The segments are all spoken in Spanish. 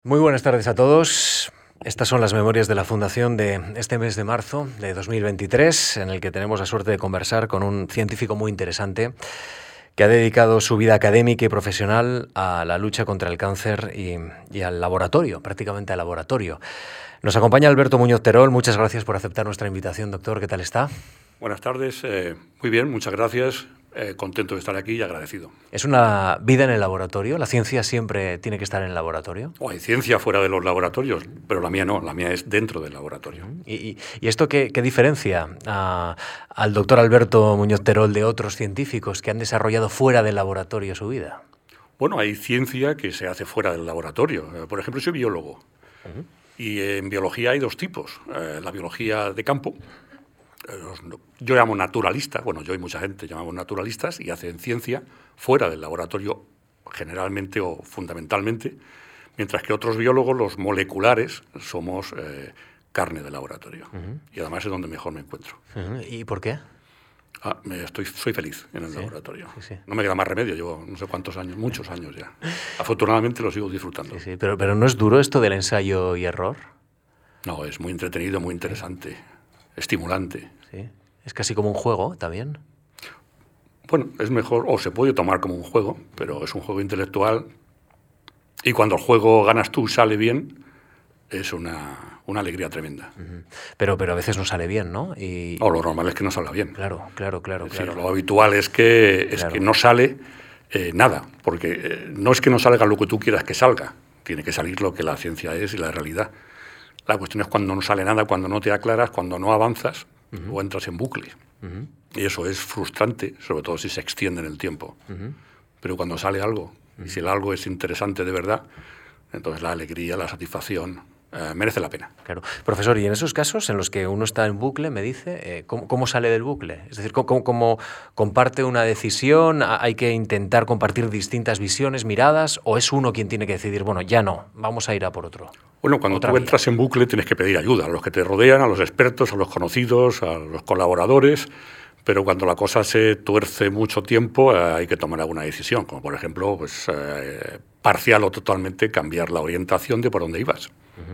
Muy buenas tardes a todos. Estas son las memorias de la Fundación de este mes de marzo de 2023, en el que tenemos la suerte de conversar con un científico muy interesante que ha dedicado su vida académica y profesional a la lucha contra el cáncer y al laboratorio, prácticamente al laboratorio. Nos acompaña Alberto Muñoz Terol. Muchas gracias por aceptar nuestra invitación, doctor. ¿Qué tal está? Buenas tardes. Muy bien, muchas gracias. Contento de estar aquí y agradecido. ¿Es una vida en el laboratorio? ¿La ciencia siempre tiene que estar en el laboratorio? Hay ciencia fuera de los laboratorios, pero la mía no, la mía es dentro del laboratorio. ¿Y esto qué diferencia al doctor Alberto Muñoz Terol de otros científicos que han desarrollado fuera del laboratorio su vida? Bueno, hay ciencia que se hace fuera del laboratorio. Por ejemplo, soy biólogo. Y en biología hay dos tipos. La biología de campo. Yo llamo naturalista, bueno, yo y mucha gente llamamos naturalistas y hacen ciencia fuera del laboratorio generalmente o fundamentalmente, mientras que otros biólogos, los moleculares, somos carne de laboratorio. Y además es donde mejor me encuentro. ¿Y por qué? Soy feliz en el laboratorio. Sí. No me queda más remedio, llevo no sé cuántos años, muchos años ya. Afortunadamente lo sigo disfrutando. Sí, pero ¿no es duro esto del ensayo y error? No, es muy entretenido, muy interesante. Estimulante. Sí. ¿Es casi como un juego también? Bueno, es mejor, o se puede tomar como un juego, pero es un juego intelectual y cuando el juego ganas tú sale bien, es una alegría tremenda. Pero a veces no sale bien, ¿no? Lo normal es que no salga bien. Claro. Es decir, lo habitual es que no sale nada, porque no es que no salga lo que tú quieras que salga, tiene que salir lo que la ciencia es y la realidad. La cuestión es cuando no sale nada, cuando no te aclaras, cuando no avanzas o entras en bucle. Y eso es frustrante, sobre todo si se extiende en el tiempo. Pero cuando sale algo, y si el algo es interesante de verdad, entonces la alegría, la satisfacción merece la pena. Claro. Profesor, y en esos casos en los que uno está en bucle, me dice, ¿cómo sale del bucle? Es decir, ¿cómo comparte una decisión? ¿Hay que intentar compartir distintas visiones, miradas? ¿O es uno quien tiene que decidir, bueno, ya no, vamos a ir a por otro? Bueno, cuando tú entras en bucle tienes que pedir ayuda a los que te rodean, a los expertos, a los conocidos, a los colaboradores, pero cuando la cosa se tuerce mucho tiempo hay que tomar alguna decisión, como por ejemplo, parcial o totalmente cambiar la orientación de por dónde ibas.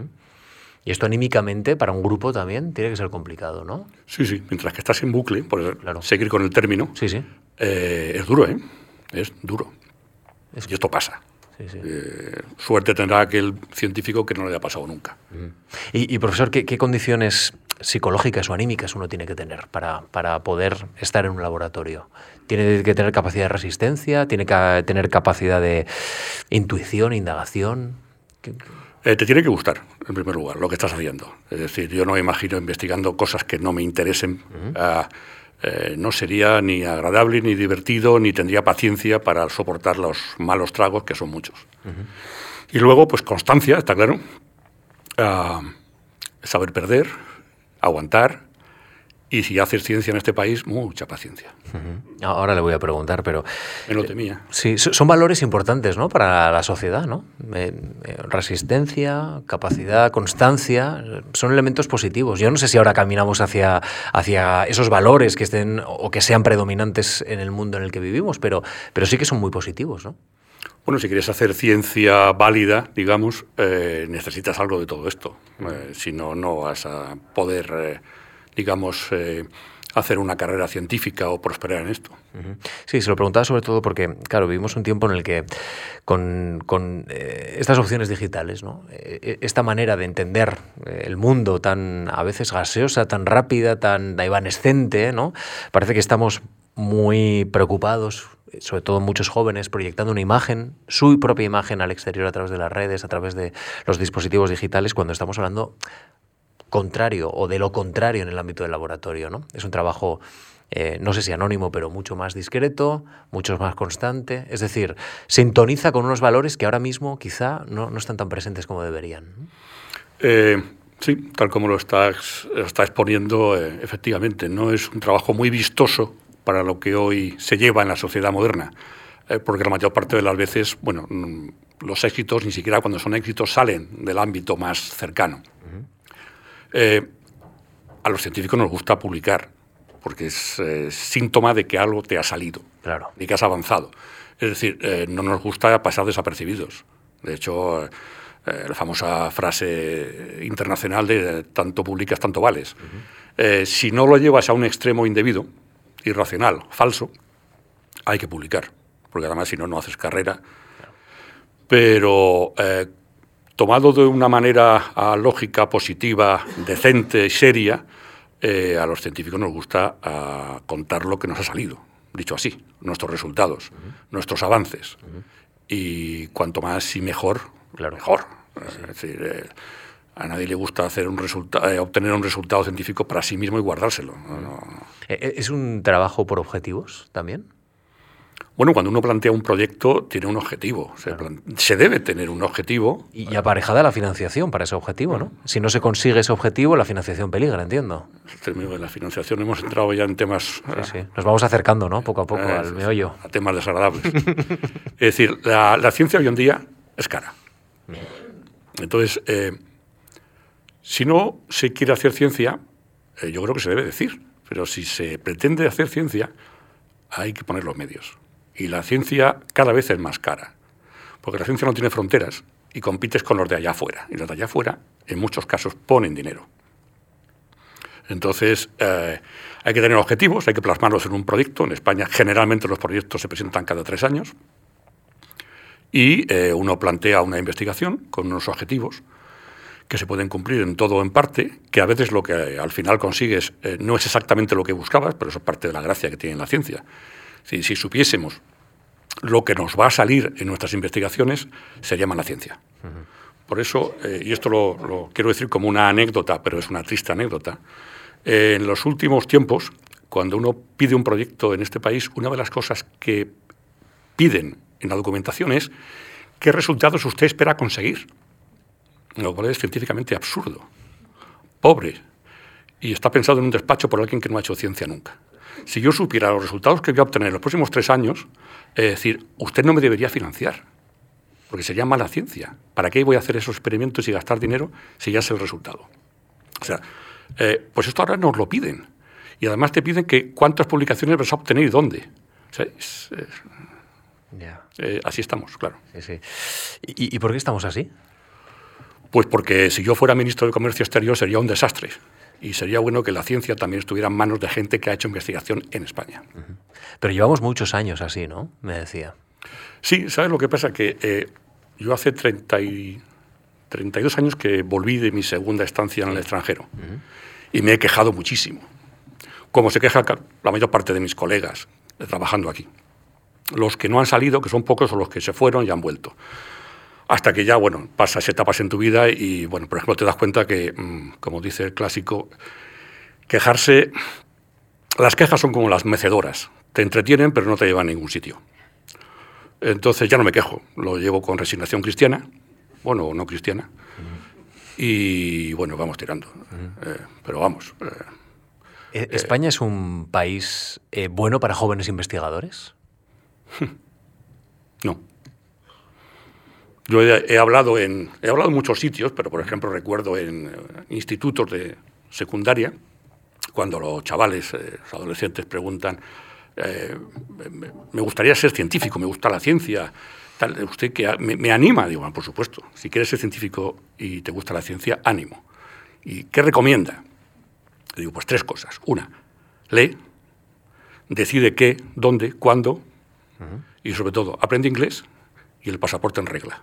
Y esto anímicamente para un grupo también tiene que ser complicado, ¿no? Sí, mientras que estás en bucle, por seguir con el término, sí. Es duro, ¿eh? Es duro. Y esto pasa. Sí. Suerte tendrá aquel científico que no le haya pasado nunca. Y profesor, ¿qué condiciones psicológicas o anímicas uno tiene que tener para poder estar en un laboratorio? ¿Tiene que tener capacidad de resistencia? ¿Tiene que tener capacidad de intuición, indagación? Te tiene que gustar, en primer lugar, lo que estás haciendo. Es decir, yo no me imagino investigando cosas que no me interesen. No sería ni agradable, ni divertido, ni tendría paciencia para soportar los malos tragos, que son muchos. Y luego, pues constancia, está claro. Saber perder, aguantar. Y si haces ciencia en este país, mucha paciencia. Ahora le voy a preguntar, pero... Me lo temía. Sí, son valores importantes, ¿no?, para la sociedad, ¿no? Resistencia, capacidad, constancia, son elementos positivos. Yo no sé si ahora caminamos hacia esos valores que estén o que sean predominantes en el mundo en el que vivimos, pero sí que son muy positivos, ¿no? Bueno, si quieres hacer ciencia válida, digamos, necesitas algo de todo esto. Si no, no vas a poder... hacer una carrera científica o prosperar en esto. Sí, se lo preguntaba sobre todo porque, claro, vivimos un tiempo en el que con estas opciones digitales, ¿no?, esta manera de entender el mundo tan a veces gaseosa, tan rápida, tan evanescente, ¿no?, parece que estamos muy preocupados, sobre todo muchos jóvenes, proyectando una imagen, su propia imagen al exterior a través de las redes, a través de los dispositivos digitales, cuando estamos hablando contrario o de lo contrario en el ámbito del laboratorio, ¿no? Es un trabajo, no sé si anónimo, pero mucho más discreto, mucho más constante. Es decir, sintoniza con unos valores que ahora mismo quizá no están tan presentes como deberían. Sí, tal como lo está exponiendo, efectivamente, no es un trabajo muy vistoso para lo que hoy se lleva en la sociedad moderna, porque la mayor parte de las veces, bueno, los éxitos, ni siquiera cuando son éxitos, salen del ámbito más cercano. A los científicos nos gusta publicar, porque es síntoma de que algo te ha salido, claro, de que has avanzado. Es decir, no nos gusta pasar desapercibidos. De hecho, La famosa frase internacional de tanto publicas, tanto vales. Si no lo llevas a un extremo indebido, irracional, falso, hay que publicar, porque además si no, no haces carrera. Pero tomado de una manera lógica, positiva, decente y seria, a los científicos nos gusta contar lo que nos ha salido, dicho así, nuestros resultados, nuestros avances. Y cuanto más y mejor, mejor. Es decir, a nadie le gusta obtener un resultado científico para sí mismo y guardárselo. ¿Es un trabajo por objetivos también? Bueno, cuando uno plantea un proyecto, tiene un objetivo. Se debe tener un objetivo. Y aparejada la financiación para ese objetivo, ¿no? Si no se consigue ese objetivo, la financiación peligra, entiendo. En términos de la financiación hemos entrado ya en temas... Sí. Nos vamos acercando, ¿no? Poco a poco al meollo. A temas desagradables. Es decir, la ciencia hoy en día es cara. Entonces, si no se quiere hacer ciencia, yo creo que se debe decir, pero si se pretende hacer ciencia, hay que poner los medios. Y la ciencia cada vez es más cara, porque la ciencia no tiene fronteras y compites con los de allá afuera. Y los de allá afuera, en muchos casos, ponen dinero. Entonces, hay que tener objetivos, hay que plasmarlos en un proyecto. En España, generalmente, los proyectos se presentan cada 3 años. Y uno plantea una investigación con unos objetivos que se pueden cumplir en todo o en parte, que a veces lo que al final consigues no es exactamente lo que buscabas, pero eso es parte de la gracia que tiene la ciencia. Si supiésemos lo que nos va a salir en nuestras investigaciones, sería mala ciencia. Por eso, y esto lo quiero decir como una anécdota, pero es una triste anécdota, en los últimos tiempos, cuando uno pide un proyecto en este país, una de las cosas que piden en la documentación es qué resultados usted espera conseguir. Lo cual es científicamente absurdo, pobre, y está pensado en un despacho por alguien que no ha hecho ciencia nunca. Si yo supiera los resultados que voy a obtener en los próximos 3 años, es decir, usted no me debería financiar, porque sería mala ciencia. ¿Para qué voy a hacer esos experimentos y gastar dinero si ya sé el resultado? O sea, pues esto ahora nos lo piden. Y además te piden que cuántas publicaciones vas a obtener y dónde. O sea, así estamos, claro. Sí. ¿Y por qué estamos así? Pues porque si yo fuera ministro de Comercio Exterior sería un desastre. Y sería bueno que la ciencia también estuviera en manos de gente que ha hecho investigación en España. Pero llevamos muchos años así, ¿no? Me decía. Sí, ¿sabes lo que pasa? Que yo hace 32 años que volví de mi segunda estancia en el extranjero. Y me he quejado muchísimo. Como se queja la mayor parte de mis colegas trabajando aquí. Los que no han salido, que son pocos, son los que se fueron y han vuelto. Hasta que ya, bueno, pasas etapas en tu vida y, bueno, por ejemplo, te das cuenta que, como dice el clásico, quejarse... Las quejas son como las mecedoras. Te entretienen, pero no te llevan a ningún sitio. Entonces ya no me quejo. Lo llevo con resignación cristiana, bueno, o no cristiana, y, bueno, vamos tirando. Pero vamos... ¿España es un país bueno para jóvenes investigadores? No. Yo he hablado en muchos sitios, pero por ejemplo recuerdo en institutos de secundaria, cuando los chavales, los adolescentes preguntan, me gustaría ser científico, me gusta la ciencia, tal, usted que me anima, digo, bueno, por supuesto, si quieres ser científico y te gusta la ciencia, ánimo. ¿Y qué recomienda? Digo, pues 3 cosas. Una, lee, decide qué, dónde, cuándo, y sobre todo, aprende inglés y el pasaporte en regla.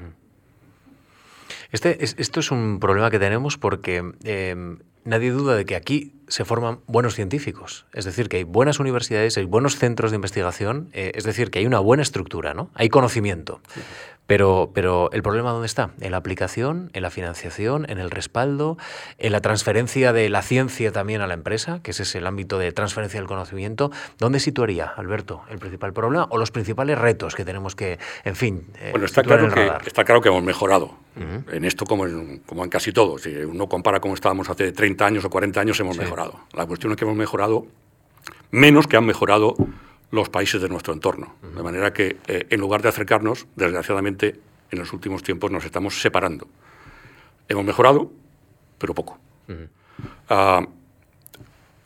Esto es un problema que tenemos porque nadie duda de que aquí se forman buenos científicos. Es decir, que hay buenas universidades, hay buenos centros de investigación, es decir, que hay una buena estructura, ¿no? Hay conocimiento. Sí. Pero ¿el problema dónde está? En la aplicación, en la financiación, en el respaldo, en la transferencia de la ciencia también a la empresa, que ese es el ámbito de transferencia del conocimiento. ¿Dónde situaría, Alberto, el principal problema o los principales retos que tenemos que, en fin, bueno, está claro que hemos mejorado en esto como en casi todo. Si uno compara cómo estábamos hace 30 años o 40 años, hemos mejorado. La cuestión es que hemos mejorado menos que han mejorado los países de nuestro entorno. De manera que, en lugar de acercarnos, desgraciadamente, en los últimos tiempos nos estamos separando. Hemos mejorado, pero poco.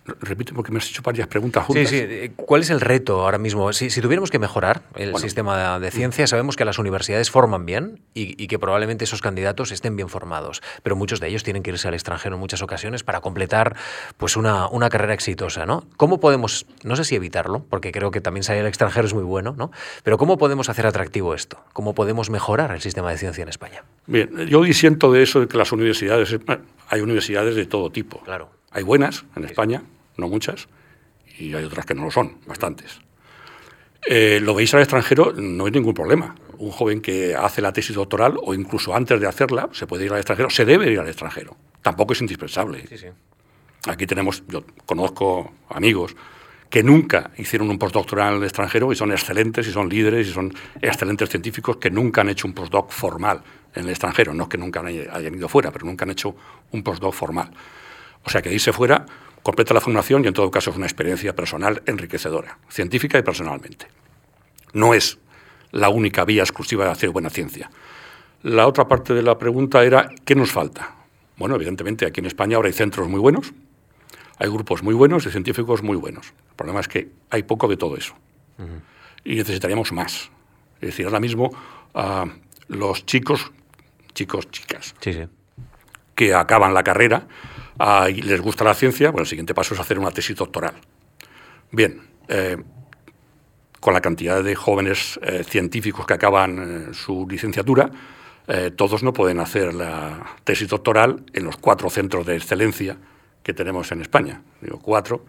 Repite, porque me has hecho varias preguntas juntas. Sí. ¿Cuál es el reto ahora mismo? Si tuviéramos que mejorar el sistema de ciencia, sabemos que las universidades forman bien y que probablemente esos candidatos estén bien formados, pero muchos de ellos tienen que irse al extranjero en muchas ocasiones para completar pues una carrera exitosa, ¿no? ¿Cómo podemos, no sé si evitarlo, porque creo que también salir al extranjero es muy bueno, ¿no? Pero ¿cómo podemos hacer atractivo esto? ¿Cómo podemos mejorar el sistema de ciencia en España? Bien, yo disiento de eso de que las universidades, hay universidades de todo tipo. Claro. Hay buenas en España, no muchas, y hay otras que no lo son, bastantes. Lo veis al extranjero, no hay ningún problema. Un joven que hace la tesis doctoral, o incluso antes de hacerla, se puede ir al extranjero, se debe ir al extranjero. Tampoco es indispensable. Sí. Aquí yo conozco amigos que nunca hicieron un postdoctoral en el extranjero y son excelentes, y son líderes, y son excelentes científicos que nunca han hecho un postdoc formal en el extranjero. No es que nunca hayan ido fuera, pero nunca han hecho un postdoc formal. O sea, que irse fuera completa la formación y en todo caso es una experiencia personal enriquecedora, científica y personalmente. No es la única vía exclusiva de hacer buena ciencia. La otra parte de la pregunta era, ¿qué nos falta? Bueno, evidentemente aquí en España ahora hay centros muy buenos, hay grupos muy buenos y científicos muy buenos. El problema es que hay poco de todo eso. Y necesitaríamos más. Es decir, ahora mismo los chicos, chicas, que acaban la carrera y les gusta la ciencia, bueno, el siguiente paso es hacer una tesis doctoral. Bien, con la cantidad de jóvenes científicos que acaban su licenciatura, todos no pueden hacer la tesis doctoral en los 4 centros de excelencia que tenemos en España. Digo, 4,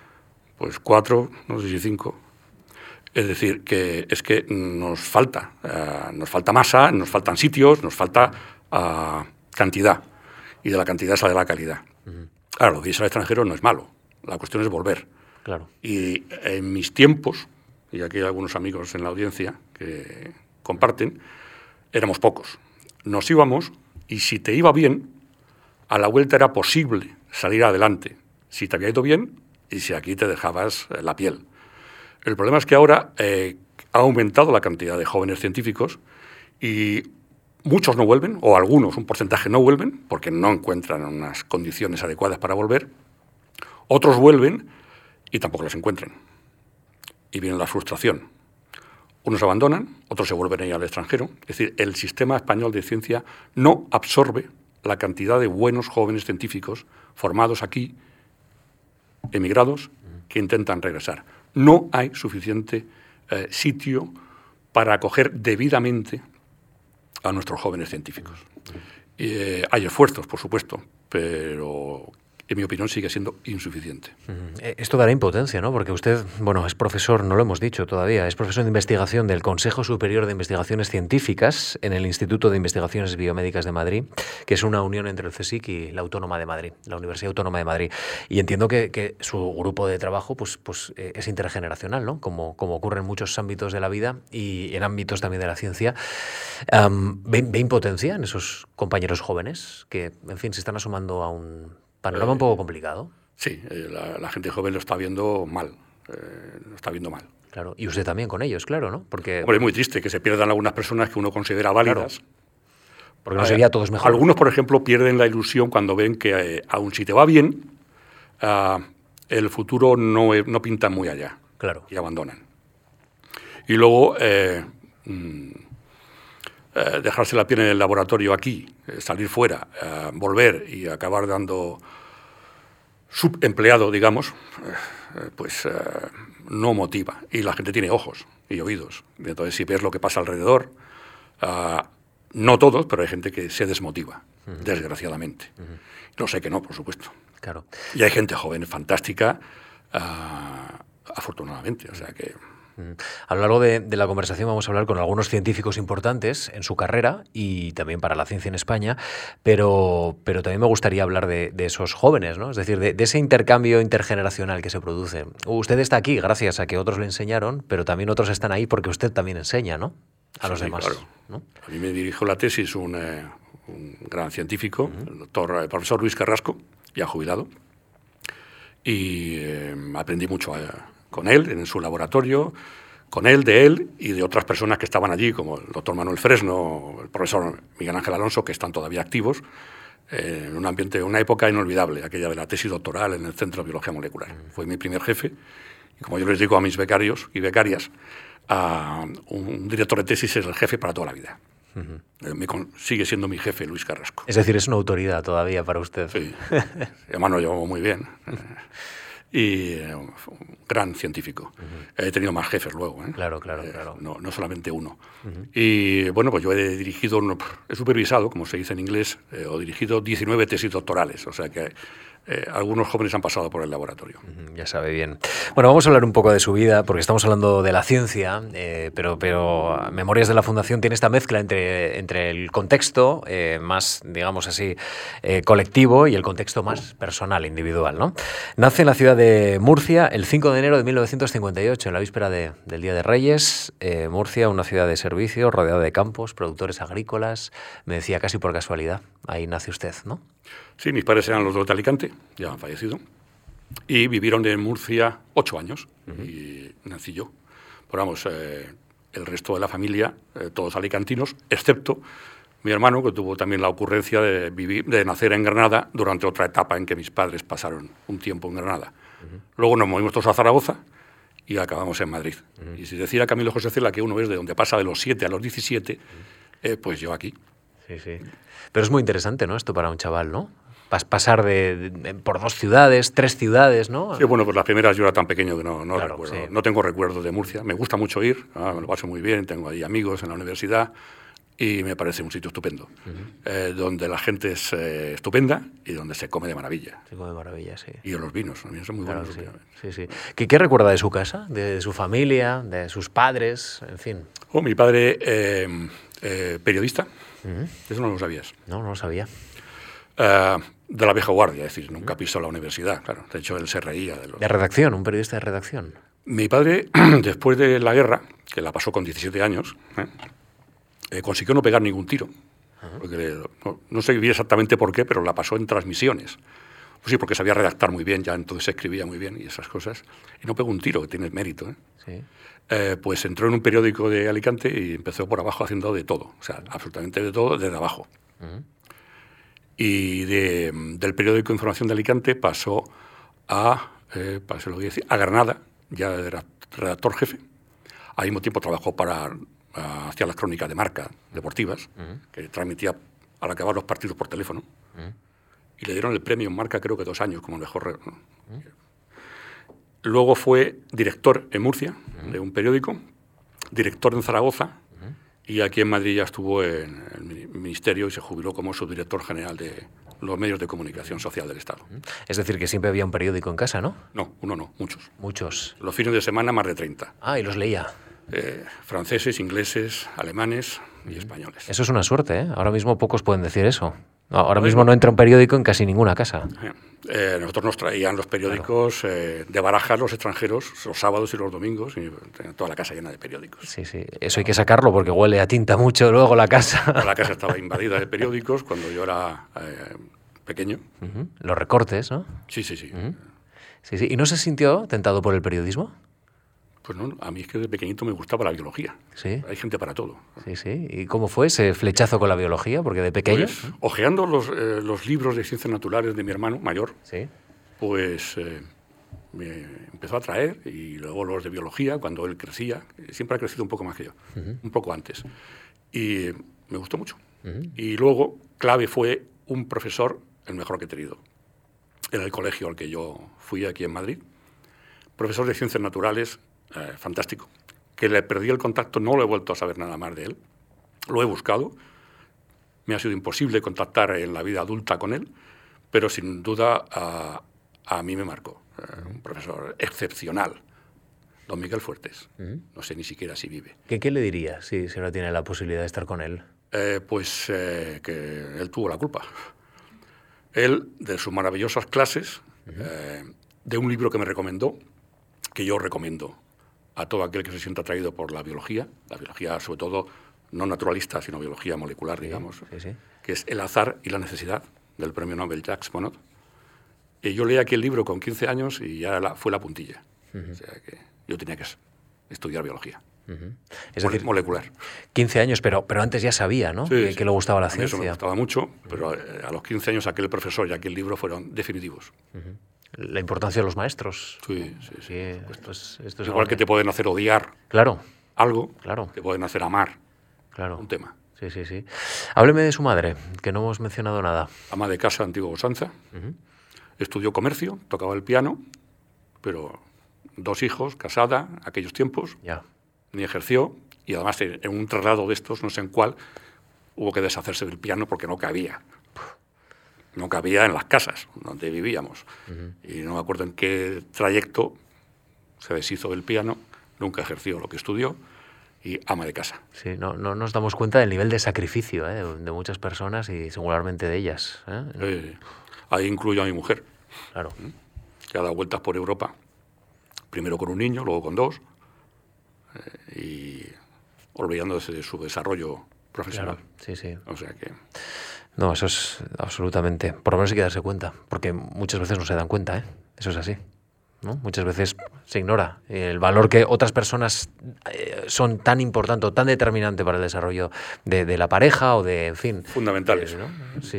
no sé si 5. Es decir, que es que nos falta masa, nos faltan sitios, nos falta cantidad. Y de la cantidad sale la calidad. Claro, lo de irse al extranjero no es malo. La cuestión es volver. Claro. Y en mis tiempos, y aquí hay algunos amigos en la audiencia que comparten, éramos pocos. Nos íbamos y si te iba bien, a la vuelta era posible salir adelante. Si te había ido bien y si aquí te dejabas la piel. El problema es que ahora ha aumentado la cantidad de jóvenes científicos y muchos no vuelven, o algunos, un porcentaje no vuelven, porque no encuentran unas condiciones adecuadas para volver. Otros vuelven y tampoco las encuentran. Y viene la frustración. Unos abandonan, otros se vuelven a ir al extranjero. Es decir, el sistema español de ciencia no absorbe la cantidad de buenos jóvenes científicos formados aquí, emigrados, que intentan regresar. No hay suficiente sitio para acoger debidamente a nuestros jóvenes científicos. Hay esfuerzos, por supuesto, pero en mi opinión sigue siendo insuficiente. Esto dará impotencia, ¿no? Porque usted, bueno, es profesor, no lo hemos dicho todavía, es profesor de investigación del Consejo Superior de Investigaciones Científicas en el Instituto de Investigaciones Biomédicas de Madrid, que es una unión entre el CSIC y la Autónoma de Madrid, la Universidad Autónoma de Madrid. Y entiendo que su grupo de trabajo pues es intergeneracional, ¿no? Como ocurre en muchos ámbitos de la vida y en ámbitos también de la ciencia. ¿Ve impotencia en esos compañeros jóvenes que, en fin, se están asomando a un panorama un poco complicado? Sí, la gente joven lo está viendo mal. Lo está viendo mal. Claro, y usted también con ellos, claro, ¿no? Porque hombre, es muy triste que se pierdan algunas personas que uno considera válidas. Claro, porque no sería todos mejor. Algunos, por ejemplo, pierden la ilusión cuando ven que, aun si te va bien, el futuro no pinta muy allá. Claro. Y abandonan. Y luego dejarse la piel en el laboratorio aquí, salir fuera, volver y acabar dando subempleado, digamos, pues no motiva. Y la gente tiene ojos y oídos. Y entonces, si ves lo que pasa alrededor, no todos, pero hay gente que se desmotiva, desgraciadamente. No sé que no, por supuesto. Claro. Y hay gente joven, fantástica, afortunadamente. O sea que... A lo largo de la conversación vamos a hablar con algunos científicos importantes en su carrera y también para la ciencia en España, pero también me gustaría hablar de esos jóvenes, ¿no? Es decir, de ese intercambio intergeneracional que se produce. Usted está aquí gracias a que otros le enseñaron, pero también otros están ahí porque usted también enseña, ¿no? A los demás. Claro. ¿No? A mí me dirigió la tesis un gran científico, el profesor Luis Carrasco, ya jubilado, y aprendí mucho con él, en su laboratorio, con él, de él y de otras personas que estaban allí, como el doctor Manuel Fresno, el profesor Miguel Ángel Alonso, que están todavía activos, en un ambiente, una época inolvidable, aquella de la tesis doctoral en el Centro de Biología Molecular. Fue mi primer jefe, y como yo les digo a mis becarios y becarias, un director de tesis es el jefe para toda la vida. Sigue siendo mi jefe, Luis Carrasco. Es decir, es una autoridad todavía para usted. Sí, además nos llevamos muy bien. Y un gran científico. He tenido más jefes luego. Claro. No solamente uno. Y bueno, pues yo he supervisado, como se dice en inglés, o dirigido 19 tesis doctorales. O sea que algunos jóvenes han pasado por el laboratorio. Ya sabe bien. Bueno, vamos a hablar un poco de su vida, porque estamos hablando de la ciencia, pero Memorias de la Fundación tiene esta mezcla entre el contexto más, digamos así, colectivo y el contexto más personal, individual, ¿no? Nace en la ciudad de Murcia el 5 de enero de 1958, en la víspera del Día de Reyes. Murcia, una ciudad de servicio, rodeada de campos, productores agrícolas. Me decía casi por casualidad, ahí nace usted, ¿no? Sí, mis padres eran los dos de Alicante, ya han fallecido, y vivieron en Murcia 8 años, y nací yo. Pero vamos, el resto de la familia, todos alicantinos, excepto mi hermano, que tuvo también la ocurrencia de nacer en Granada durante otra etapa en que mis padres pasaron un tiempo en Granada. Luego nos movimos todos a Zaragoza y acabamos en Madrid. Y si decía Camilo José Cela que uno es de donde pasa de los 7 a los 17, pues yo aquí. Sí. Pero es muy interesante, ¿no? Esto para un chaval, ¿no? Pasar por 2 ciudades, 3 ciudades, ¿no? Sí, bueno, pues las primeras yo era tan pequeño que no Claro, recuerdo. Sí. No tengo recuerdos de Murcia. Me gusta mucho ir, me lo paso muy bien, tengo ahí amigos en la universidad y me parece un sitio estupendo, donde la gente es estupenda y donde se come de maravilla. Se come de maravilla, sí. Y los vinos, también son muy buenos. Sí. ¿Qué recuerda de su casa, de su familia, de sus padres, en fin? Mi padre, periodista, eso no lo sabías. No lo sabía. De la vieja guardia, es decir, nunca pisó la universidad, claro. De hecho, él se reía de los... De redacción, un periodista de redacción. Mi padre, después de la guerra, que la pasó con 17 años, consiguió no pegar ningún tiro. Porque, no sé exactamente por qué, pero la pasó en transmisiones. Pues sí, porque sabía redactar muy bien, ya entonces escribía muy bien y esas cosas. Y no pegó un tiro, que tiene mérito. Sí. Pues entró en un periódico de Alicante y empezó por abajo haciendo de todo. O sea, absolutamente de todo, desde abajo. Y del periódico Información de Alicante pasó a Granada, ya era redactor jefe. Al mismo tiempo trabajó hacía las crónicas de Marca deportivas, que transmitía al acabar los partidos por teléfono. Y le dieron el premio en Marca, creo que 2 años, como el mejor. Luego fue director en Murcia, de un periódico, director en Zaragoza, y aquí en Madrid ya estuvo en el ministerio y se jubiló como subdirector general de los medios de comunicación social del Estado. Es decir, que siempre había un periódico en casa, ¿no? No, uno no, muchos. Muchos. Los fines de semana más de 30. Y los leía. Franceses, ingleses, alemanes y españoles. Eso es una suerte, ¿eh? Ahora mismo pocos pueden decir eso. Ahora mismo no entra un periódico en casi ninguna casa. Nosotros nos traían los periódicos de Barajas, los extranjeros, los sábados y los domingos, y toda la casa llena de periódicos. Sí. Eso hay que sacarlo porque huele a tinta mucho luego la casa. La casa estaba invadida de periódicos cuando yo era pequeño. Los recortes, ¿no? Sí. Sí. ¿Y no se sintió tentado por el periodismo? Pues no, a mí es que de pequeñito me gustaba la biología. Sí. Hay gente para todo. Sí. ¿Y cómo fue ese flechazo con la biología? Porque de pequeño... Pues, hojeando los libros de ciencias naturales de mi hermano mayor, sí, pues me empezó a atraer, y luego los de biología, cuando él crecía, siempre ha crecido un poco más que yo, un poco antes. Y me gustó mucho. Y luego, clave fue un profesor, el mejor que he tenido, en el colegio al que yo fui aquí en Madrid, profesor de ciencias naturales, fantástico, que le perdí el contacto, no lo he vuelto a saber nada más de él, lo he buscado, me ha sido imposible contactar en la vida adulta con él, pero sin duda a mí me marcó, un profesor excepcional, don Miguel Fuertes, no sé ni siquiera si vive. ¿Qué le diría si ahora tiene la posibilidad de estar con él? Pues que él tuvo la culpa. Él, de sus maravillosas clases, de un libro que me recomendó, que yo recomiendo a todo aquel que se sienta atraído por la biología sobre todo no naturalista, sino biología molecular, digamos, que es El azar y la necesidad, del premio Nobel Jacques Monod. Y yo leí aquí el libro con 15 años y ya fue la puntilla. O sea que yo tenía que estudiar biología. Es decir, molecular. 15 años, pero antes ya sabía, ¿no? Sí, que le gustaba la a mí ciencia. eso me gustaba mucho, pero a los 15 años aquel profesor y aquel libro fueron definitivos. La importancia de los maestros. Sí. Esto es Igual que te pueden hacer odiar algo, te pueden hacer amar un tema. Sí. Hábleme de su madre, que no hemos mencionado nada. Ama de casa, antigua usanza. Estudió comercio, tocaba el piano, pero 2 hijos, casada, aquellos tiempos. Ya. Ni ejerció, y además en un traslado de estos, no sé en cuál, hubo que deshacerse del piano porque no cabía. No cabía en las casas donde vivíamos. Y no me acuerdo en qué trayecto se deshizo del piano, nunca ejerció lo que estudió, y ama de casa. Sí, no nos damos cuenta del nivel de sacrificio de muchas personas y singularmente de ellas. Ahí incluyo a mi mujer, claro, que ha dado vueltas por Europa, primero con un niño, luego con 2, y olvidándose de su desarrollo profesional. Claro, sí. O sea que... No, eso es absolutamente... Por lo menos hay que darse cuenta, porque muchas veces no se dan cuenta, Eso es así, ¿no? Muchas veces se ignora el valor que otras personas son tan importante o tan determinante para el desarrollo de la pareja o de, en fin... Fundamentales. ¿no? Sí.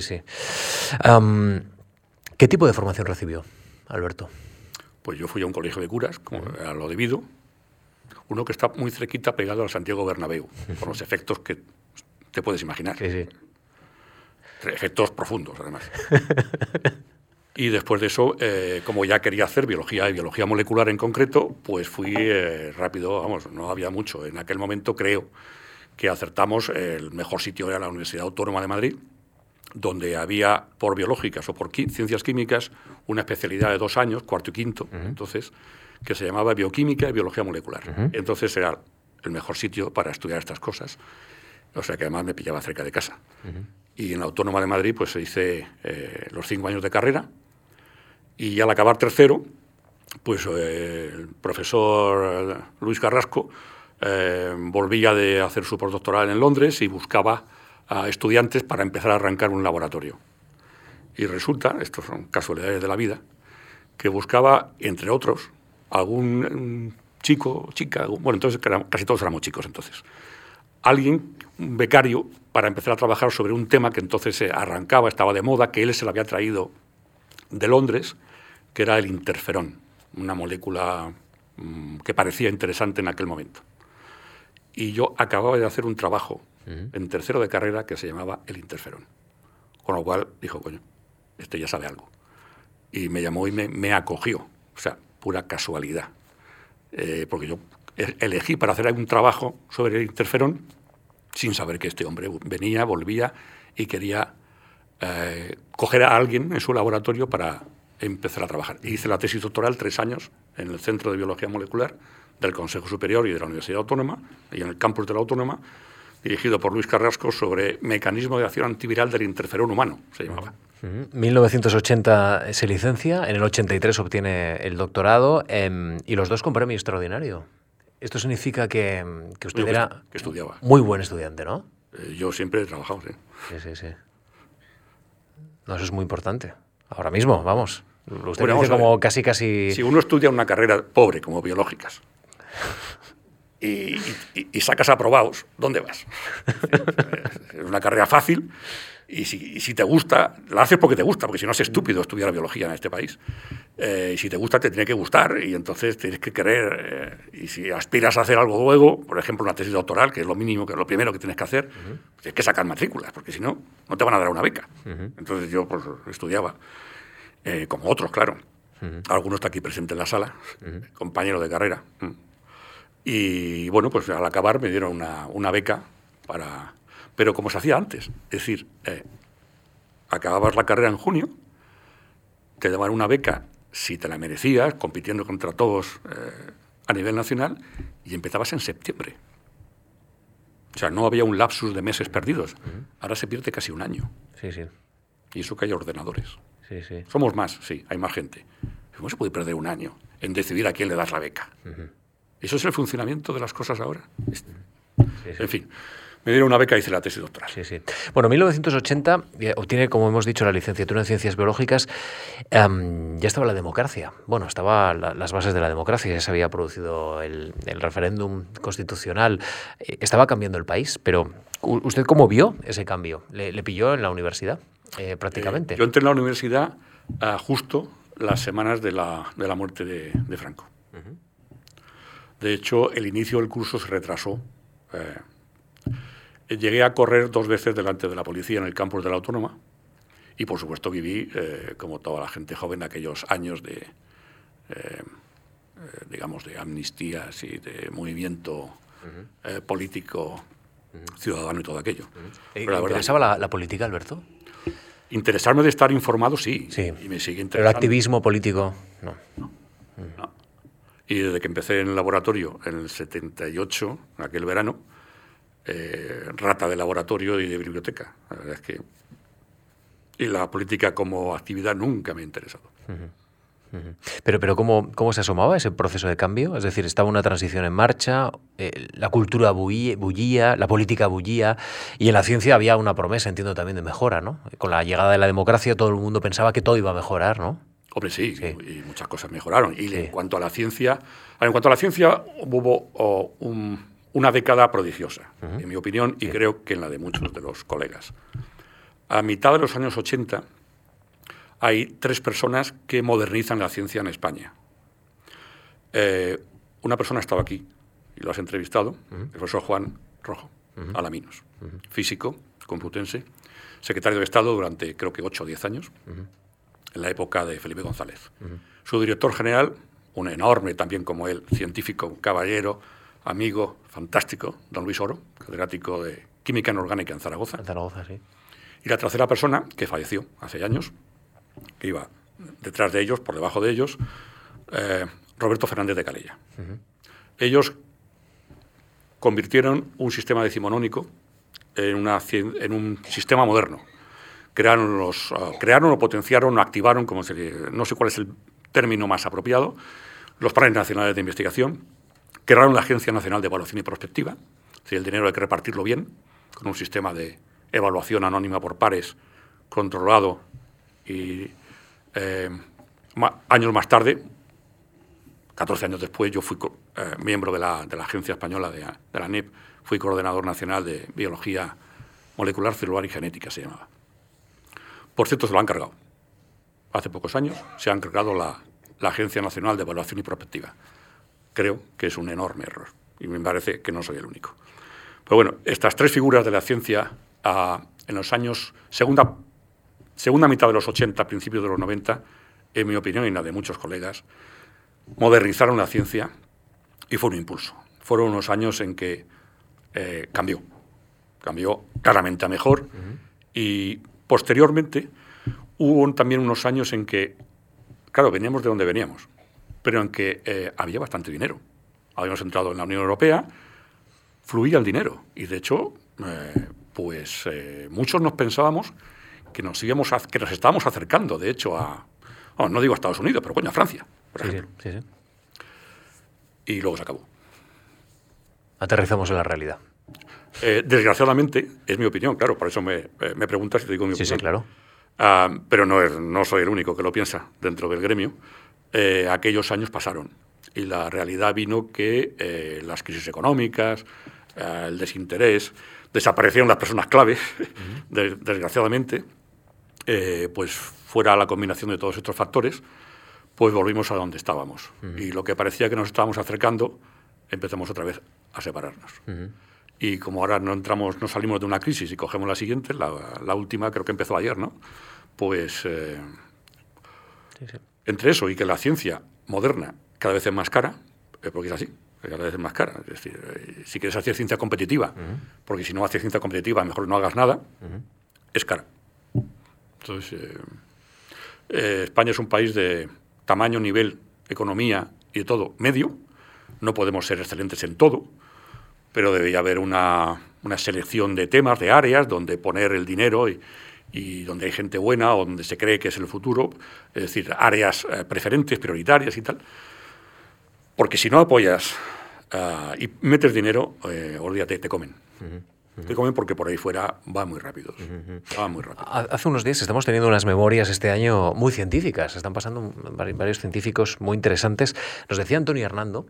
¿Qué tipo de formación recibió, Alberto? Pues yo fui a un colegio de curas, como era lo debido, uno que está muy cerquita pegado al Santiago Bernabéu, con los efectos que te puedes imaginar. Sí. Efectos profundos, además. Y después de eso, como ya quería hacer biología y biología molecular en concreto, pues fui rápido, vamos, no había mucho. En aquel momento creo que acertamos, el mejor sitio era la Universidad Autónoma de Madrid, donde había por biológicas o por ciencias químicas una especialidad de 2 años, cuarto y quinto, entonces, que se llamaba bioquímica y biología molecular. Entonces era el mejor sitio para estudiar estas cosas, o sea que además me pillaba cerca de casa. Y en la Autónoma de Madrid pues hice los 5 años de carrera, y al acabar tercero, pues el profesor Luis Carrasco volvía de hacer su postdoctoral en Londres y buscaba a estudiantes para empezar a arrancar un laboratorio. Y resulta, estos son casualidades de la vida, que buscaba, entre otros, algún chico, chica, bueno, entonces casi todos éramos chicos entonces, alguien, un becario, para empezar a trabajar sobre un tema que entonces se arrancaba, estaba de moda, que él se lo había traído de Londres, que era el interferón, una molécula que parecía interesante en aquel momento. Y yo acababa de hacer un trabajo en tercero de carrera que se llamaba el interferón. Con lo cual dijo, coño, este ya sabe algo. Y me llamó y me acogió. O sea, pura casualidad. Porque yo elegí para hacer un trabajo sobre el interferón sin saber que este hombre venía, volvía y quería coger a alguien en su laboratorio para empezar a trabajar. Hice la tesis doctoral 3 años en el Centro de Biología Molecular del Consejo Superior y de la Universidad Autónoma, y en el campus de la Autónoma, dirigido por Luis Carrasco, sobre mecanismo de acción antiviral del interferón humano, se llamaba. 1980 se licencia, en el 83 obtiene el doctorado y los 2 con premio extraordinario. Esto significa que usted era que estudiaba. Muy buen estudiante, ¿no? Yo siempre he trabajado, sí. Sí. No, eso es muy importante. Ahora mismo, vamos. Usted Bueno, dice como casi... Si uno estudia una carrera pobre, como biológicas, y sacas aprobados, ¿dónde vas? Es una carrera fácil, y si te gusta, la haces porque te gusta, porque si no es estúpido estudiar biología en este país. Y si te gusta, te tiene que gustar, y entonces tienes que querer, y si aspiras a hacer algo luego, por ejemplo, una tesis doctoral, que es lo mínimo, que es lo primero que tienes que hacer, tienes que sacar matrículas, porque si no, no te van a dar una beca. Entonces yo pues estudiaba, como otros, claro. Alguno está aquí presente en la sala, compañero de carrera. Y bueno, pues al acabar me dieron una beca para... Pero como se hacía antes, es decir, acababas la carrera en junio, te daban una beca si te la merecías, compitiendo contra todos a nivel nacional, y empezabas en septiembre. O sea, no había un lapsus de meses perdidos. Ahora se pierde casi un año. Sí. Y eso que hay ordenadores. Sí. Somos más, sí, hay más gente. ¿Cómo se puede perder un año en decidir a quién le das la beca? ¿Eso es el funcionamiento de las cosas ahora? En fin. me dieron una beca y hice la tesis doctoral. Sí, sí. Bueno, en 1980 obtiene, como hemos dicho, la licenciatura en Ciencias Biológicas. Ya estaba la democracia. Bueno, estaban las bases de la democracia. Ya se había producido el referéndum constitucional. Estaba cambiando el país. Pero, ¿usted cómo vio ese cambio? ¿Le pilló en la universidad prácticamente? Yo entré en la universidad justo las semanas de la muerte de Franco. Uh-huh. De hecho, el inicio del curso se retrasó. Llegué a correr 2 veces delante de la policía en el campus de la Autónoma y, por supuesto, viví, como toda la gente joven, aquellos años de, digamos, de amnistías y de movimiento político, ciudadano y todo aquello. ¿Te interesaba la política, Alberto? Interesarme de estar informado, sí. Y me sigue interesando. Pero el activismo político, no. No. Y desde que empecé en el laboratorio, en el 78, en aquel verano, rata de laboratorio y de biblioteca. La verdad es que... Y la política como actividad nunca me ha interesado. Uh-huh. Uh-huh. Pero ¿cómo se asomaba ese proceso de cambio? Es decir, estaba una transición en marcha, la cultura bullía, la política bullía, y en la ciencia había una promesa, entiendo, también de mejora, ¿no? Con la llegada de la democracia todo el mundo pensaba que todo iba a mejorar, ¿no? Hombre, sí. Y muchas cosas mejoraron. Y en cuanto a la ciencia, hubo una década prodigiosa, en mi opinión, y creo que en la de muchos de los colegas. A mitad de los años 80 hay 3 personas que modernizan la ciencia en España. Una persona estaba aquí, y lo has entrevistado, el profesor Juan Rojo, Alaminos, físico, complutense, secretario de Estado durante creo que 8 o 10 años, en la época de Felipe González. Su director general, un enorme también como él, científico, un caballero, amigo, fantástico, don Luis Oro, catedrático de Química Inorgánica en Zaragoza. En Zaragoza, sí. Y la tercera persona, que falleció hace años, que iba detrás de ellos, por debajo de ellos, Roberto Fernández de Calella. Ellos convirtieron un sistema decimonónico en un sistema moderno. Crearon o potenciaron o activaron, no sé cuál es el término más apropiado, los planes nacionales de investigación, crearon la Agencia Nacional de Evaluación y Prospectiva, es decir, el dinero hay que repartirlo bien, con un sistema de evaluación anónima por pares, controlado, y años más tarde, 14 años después, yo fui miembro de la Agencia Española de la ANEP, fui coordinador nacional de Biología Molecular, Celular y Genética, se llamaba. Por cierto, se lo han cargado. Hace pocos años se han cargado la Agencia Nacional de Evaluación y Prospectiva. Creo que es un enorme error y me parece que no soy el único. Pero bueno, estas 3 figuras de la ciencia en los años, segunda mitad de los 80, principios de los 90, en mi opinión y la de muchos colegas, modernizaron la ciencia y fue un impulso. Fueron unos años en que cambió claramente a mejor y posteriormente hubo también unos años en que, claro, veníamos de donde veníamos, pero en que había bastante dinero. Habíamos entrado en la Unión Europea, fluía el dinero y de hecho, muchos nos pensábamos que nos estábamos acercando, de hecho, no digo a Estados Unidos, pero coño, a Francia, por ejemplo. Sí. Y luego se acabó. Aterrizamos en la realidad. Desgraciadamente, es mi opinión, claro, por eso me preguntas si te digo mi opinión. Sí, claro. Pero no soy el único que lo piensa dentro del gremio. Aquellos años pasaron y la realidad vino que las crisis económicas, el desinterés, desaparecieron las personas clave, desgraciadamente, pues fuera la combinación de todos estos factores, pues volvimos a donde estábamos. Y lo que parecía que nos estábamos acercando, empezamos otra vez a separarnos. Y como ahora no salimos de una crisis y cogemos la siguiente, la última creo que empezó ayer, ¿no? Pues entre eso y que la ciencia moderna cada vez es más cara, porque es así, cada vez es más cara. Es decir, si quieres hacer ciencia competitiva, porque si no haces ciencia competitiva mejor no hagas nada, es cara. Entonces, España es un país de tamaño, nivel, economía y de todo medio. No podemos ser excelentes en todo, pero debería haber una selección de temas, de áreas, donde poner el dinero y donde hay gente buena o donde se cree que es el futuro, es decir, áreas preferentes, prioritarias y tal. Porque si no apoyas y metes dinero, olvídate, te comen. Que comen porque por ahí fuera van muy rápidos. Van muy rápido. Hace unos días estamos teniendo unas memorias este año muy científicas. Están pasando varios científicos muy interesantes. Nos decía Antonio Hernando,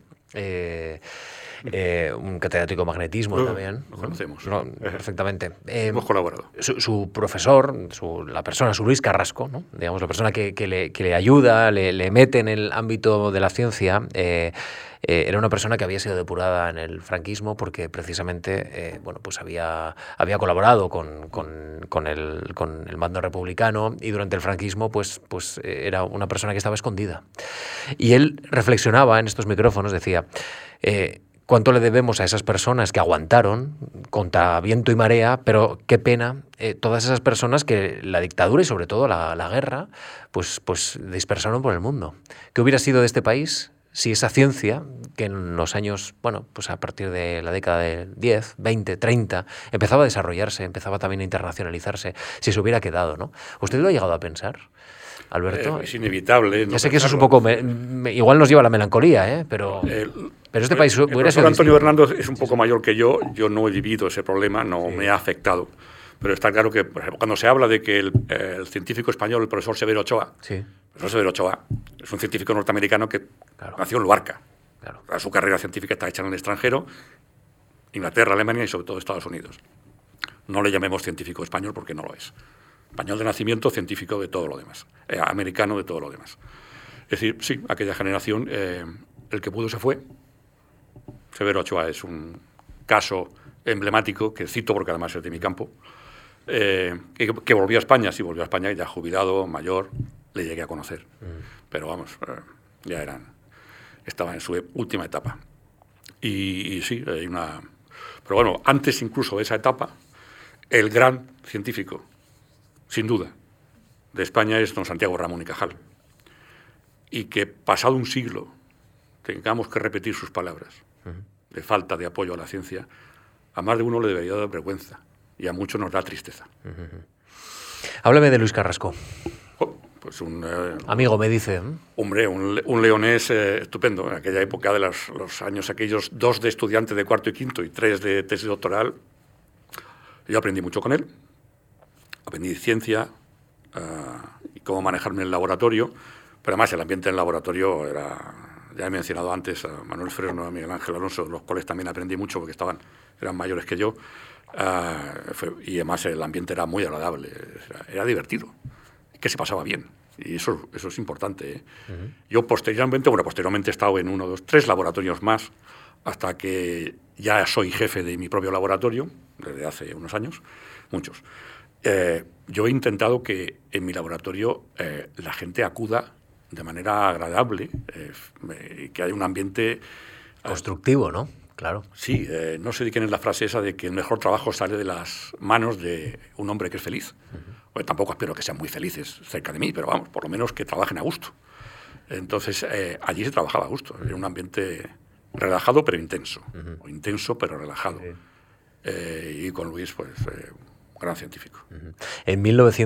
un catedrático de magnetismo también. Lo conocemos. No, perfectamente. Hemos colaborado. Su profesor, la persona, su Luis Carrasco, ¿no? Digamos, la persona que le ayuda, le mete en el ámbito de la ciencia, era una persona que había sido depurada en el franquismo porque precisamente pues había colaborado con el mando republicano, y durante el franquismo pues era una persona que estaba escondida. Y él reflexionaba en estos micrófonos, decía... ¿Cuánto le debemos a esas personas que aguantaron contra viento y marea? Pero qué pena todas esas personas que la dictadura y sobre todo la guerra pues dispersaron por el mundo. ¿Qué hubiera sido de este país si esa ciencia, que en los años, pues a partir de la década de 10, 20, 30, empezaba a desarrollarse, empezaba también a internacionalizarse, si se hubiera quedado, ¿no? ¿Usted lo ha llegado a pensar, Alberto? Es inevitable. Ya sé que eso es un poco... igual nos lleva a la melancolía, pero este país hubiera sido... Antonio Hernando es un poco mayor que yo no he vivido ese problema, me ha afectado. Pero está claro que, por ejemplo, cuando se habla de que el científico español, el profesor Severo Ochoa, el profesor Severo Ochoa es un científico norteamericano que nació en Luarca. Claro. Su carrera científica está hecha en el extranjero, Inglaterra, Alemania y sobre todo Estados Unidos. No le llamemos científico español porque no lo es. Español de nacimiento, científico de todo lo demás. Americano de todo lo demás. Es decir, sí, aquella generación, el que pudo se fue. Severo Ochoa es un caso emblemático, que cito porque además es de mi campo, que volvió a España, sí volvió a España, ya jubilado, mayor, le llegué a conocer. Pero vamos, estaba en su última etapa. Y sí, hay una... Pero bueno, antes incluso de esa etapa, el gran científico, sin duda, de España es don Santiago Ramón y Cajal. Y que pasado un siglo tengamos que repetir sus palabras de falta de apoyo a la ciencia, a más de uno le debería dar vergüenza y a muchos nos da tristeza. Háblame de Luis Carrasco. Pues amigo, me dice. Hombre, un leonés estupendo. En aquella época de los años aquellos, 2 de estudiante de cuarto y quinto y 3 de tesis doctoral, yo aprendí mucho con él. Aprendí ciencia y cómo manejarme en el laboratorio, pero además el ambiente en el laboratorio era... Ya he mencionado antes a Manuel Fresno, a Miguel Ángel Alonso, los cuales también aprendí mucho porque eran mayores que yo, y además el ambiente era muy agradable, era divertido, que se pasaba bien, y eso es importante. Yo posteriormente he estado en 1, 2, 3 laboratorios más, hasta que ya soy jefe de mi propio laboratorio, desde hace unos años, muchos. Yo he intentado que en mi laboratorio la gente acuda de manera agradable, que haya un ambiente... constructivo, ¿no? Claro. Sí, no sé de quién es la frase esa de que el mejor trabajo sale de las manos de un hombre que es feliz. Bueno, tampoco espero que sean muy felices cerca de mí, pero vamos, por lo menos que trabajen a gusto. Entonces, allí se trabajaba a gusto, era un ambiente relajado pero intenso, o intenso pero relajado. Y con Luis, pues... gran científico. En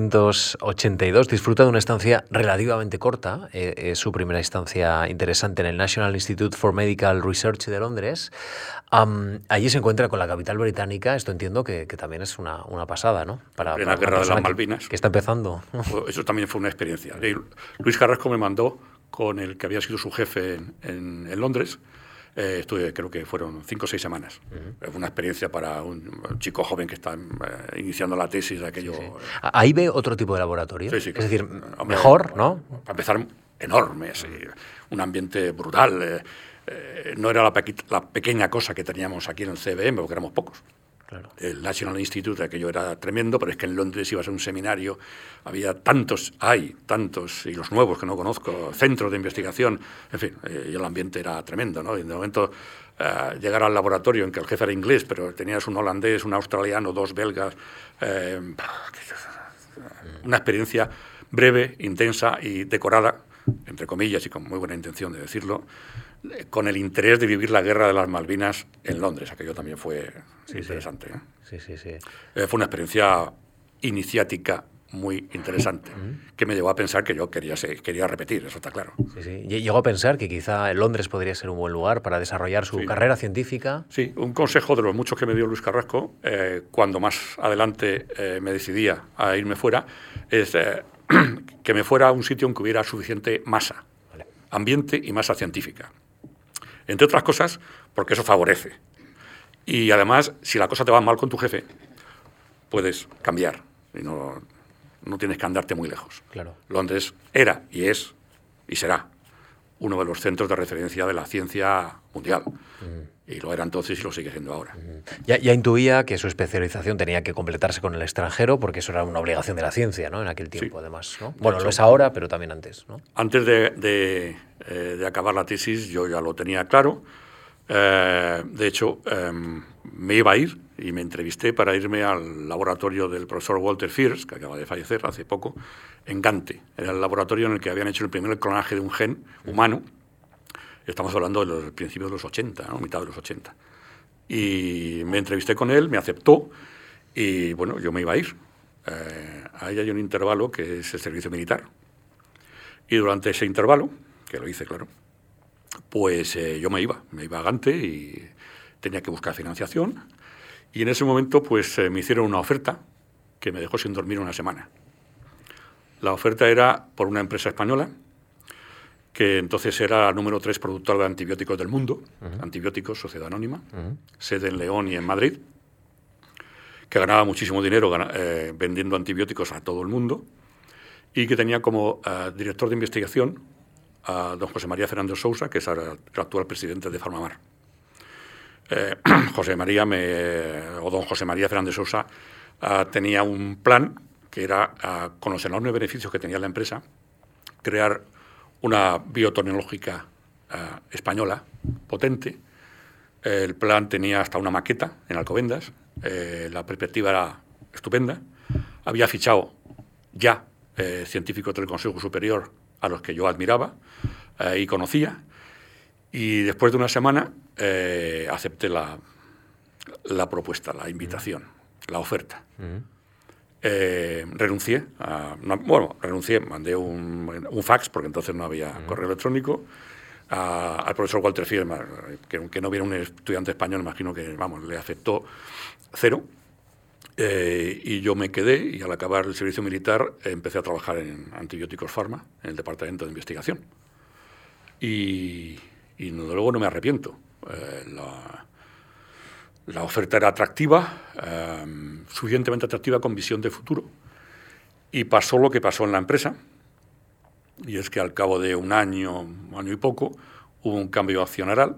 1982 disfruta de una estancia relativamente corta, su primera estancia interesante en el National Institute for Medical Research de Londres. Allí se encuentra con la capital británica, esto entiendo que también es una pasada, ¿no? Para la guerra de las Malvinas. Que está empezando. Eso también fue una experiencia. Luis Carrasco me mandó con el que había sido su jefe en Londres. Estuve, creo que fueron 5 o 6 semanas. Fue una experiencia para un chico joven que está iniciando la tesis. Aquello. Sí. Ahí ve otro tipo de laboratorio. Sí, es decir, mejor, ¿no? Para empezar, enormes. Un ambiente brutal. No era la pequeña cosa que teníamos aquí en el CBM, porque éramos pocos. Claro. El National Institute, aquello era tremendo, pero es que en Londres ibas a un seminario, había tantos, y los nuevos que no conozco, centros de investigación, en fin, y el ambiente era tremendo, ¿no? Y de momento llegar al laboratorio en que el jefe era inglés, pero tenías un holandés, un australiano, 2 belgas, una experiencia breve, intensa y decorada, entre comillas y con muy buena intención de decirlo, con el interés de vivir la guerra de las Malvinas en Londres. Aquello también fue interesante. Sí. Fue una experiencia iniciática muy interesante, que me llevó a pensar que yo quería repetir, eso está claro. Sí, sí. Llegó a pensar que quizá Londres podría ser un buen lugar para desarrollar su carrera científica. Sí, un consejo de los muchos que me dio Luis Carrasco, cuando más adelante me decidía a irme fuera, es que me fuera a un sitio en que hubiera suficiente masa, ambiente y masa científica. Entre otras cosas, porque eso favorece. Y además, si la cosa te va mal con tu jefe, puedes cambiar y no tienes que andarte muy lejos. Claro. Londres era y es y será uno de los centros de referencia de la ciencia mundial. Y lo era entonces y lo sigue siendo ahora. Ya intuía que su especialización tenía que completarse con el extranjero, porque eso era una obligación de la ciencia, ¿no? En aquel tiempo, sí. Además, ¿no? Bueno, lo es ahora, pero también antes, ¿no? Antes de acabar la tesis yo ya lo tenía claro. De hecho, me iba a ir y me entrevisté para irme al laboratorio del profesor Walter Fierce, que acaba de fallecer hace poco, en Gante. Era el laboratorio en el que habían hecho el primer clonaje de un gen humano. Estamos hablando de los principios de los 80, ¿no? Mitad de los 80. Y me entrevisté con él, me aceptó y, bueno, yo me iba a ir. Ahí hay un intervalo que es el servicio militar. Y durante ese intervalo, que lo hice, claro, pues yo me iba a Gante y tenía que buscar financiación. Y en ese momento, pues me hicieron una oferta que me dejó sin dormir una semana. La oferta era por una empresa española, que entonces era la número 3 productora de antibióticos del mundo, Antibióticos, Sociedad Anónima, sede en León y en Madrid, que ganaba muchísimo dinero vendiendo antibióticos a todo el mundo, y que tenía como director de investigación a don José María Fernández Sousa, que es ahora el actual presidente de Farmamar. Don José María Fernández Sousa tenía un plan que era, con los enormes beneficios que tenía la empresa, crear una biotecnológica española potente. El plan tenía hasta una maqueta en Alcobendas, la perspectiva era estupenda. Había fichado ya científicos del Consejo Superior a los que yo admiraba y conocía, y después de una semana acepté la propuesta, la invitación, la oferta. Renuncié, mandé un fax, porque entonces no había correo electrónico, al profesor Walter Fierce, que aunque no hubiera un estudiante español, imagino que, le aceptó 0. Y yo me quedé, y al acabar el servicio militar empecé a trabajar en Antibióticos Pharma, en el departamento de investigación. Y desde luego no me arrepiento. La oferta era atractiva, suficientemente atractiva con visión de futuro. Y pasó lo que pasó en la empresa, y es que al cabo de un año y poco, hubo un cambio accionarial,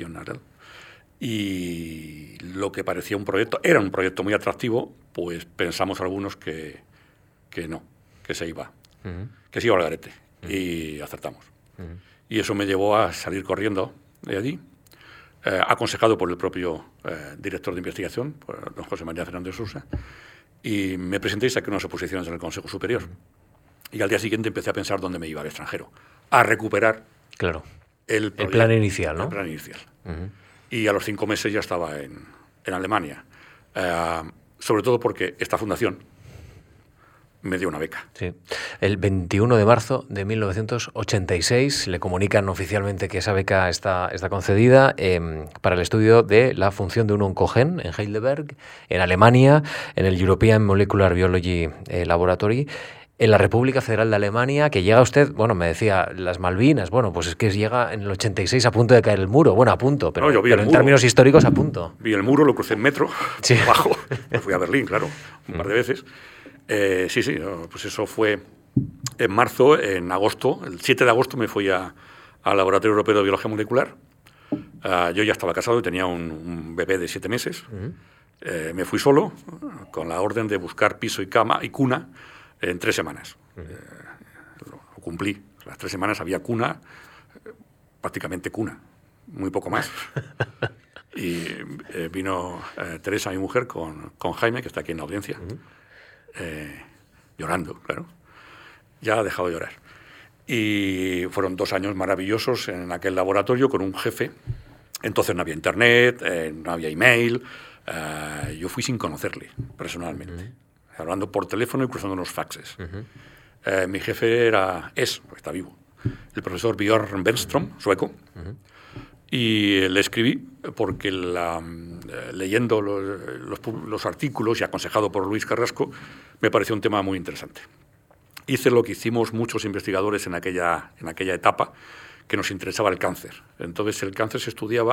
y lo que parecía un proyecto, era un proyecto muy atractivo, pues pensamos algunos que no, que se iba, que se iba al garete, y acertamos. Y eso me llevó a salir corriendo de allí, aconsejado por el propio director de investigación, por don José María Fernández Sousa, y me presenté y saqué unas oposiciones en el Consejo Superior. Y al día siguiente empecé a pensar dónde me iba al extranjero, a recuperar el plan inicial, ¿no? El plan inicial. Y a los 5 meses ya estaba en Alemania, sobre todo porque esta fundación me dio una beca. Sí. El 21 de marzo de 1986 le comunican oficialmente que esa beca está concedida para el estudio de la función de un oncogen en Heidelberg, en Alemania, en el European Molecular Biology Laboratory, en la República Federal de Alemania, que llega usted, me decía, las Malvinas, pues es que llega en el 86 a punto de caer el muro, a punto, pero en términos históricos a punto. Vi el muro, lo crucé en metro, sí. Abajo, me fui a Berlín, claro, un par de veces. Sí, pues eso fue en marzo. En agosto, el 7 de agosto me fui al Laboratorio Europeo de Biología Molecular. Yo ya estaba casado y tenía un bebé de 7 meses. Me fui solo, con la orden de buscar piso y cama y cuna en 3 semanas. Lo cumplí. Las 3 semanas había cuna, prácticamente cuna, muy poco más. Y vino Teresa, mi mujer, con Jaime, que está aquí en la audiencia, llorando, claro. Ya ha dejado de llorar. Y fueron 2 años maravillosos en aquel laboratorio con un jefe. Entonces no había internet, no había email. Yo fui sin conocerle personalmente. hablando por teléfono y cruzando unos faxes. Mi jefe está vivo, el profesor Björn Wenström, sueco, y le escribí porque leyendo los artículos y aconsejado por Luis Carrasco, me pareció un tema muy interesante. Hice lo que hicimos muchos investigadores en aquella etapa, que nos interesaba el cáncer. Entonces el cáncer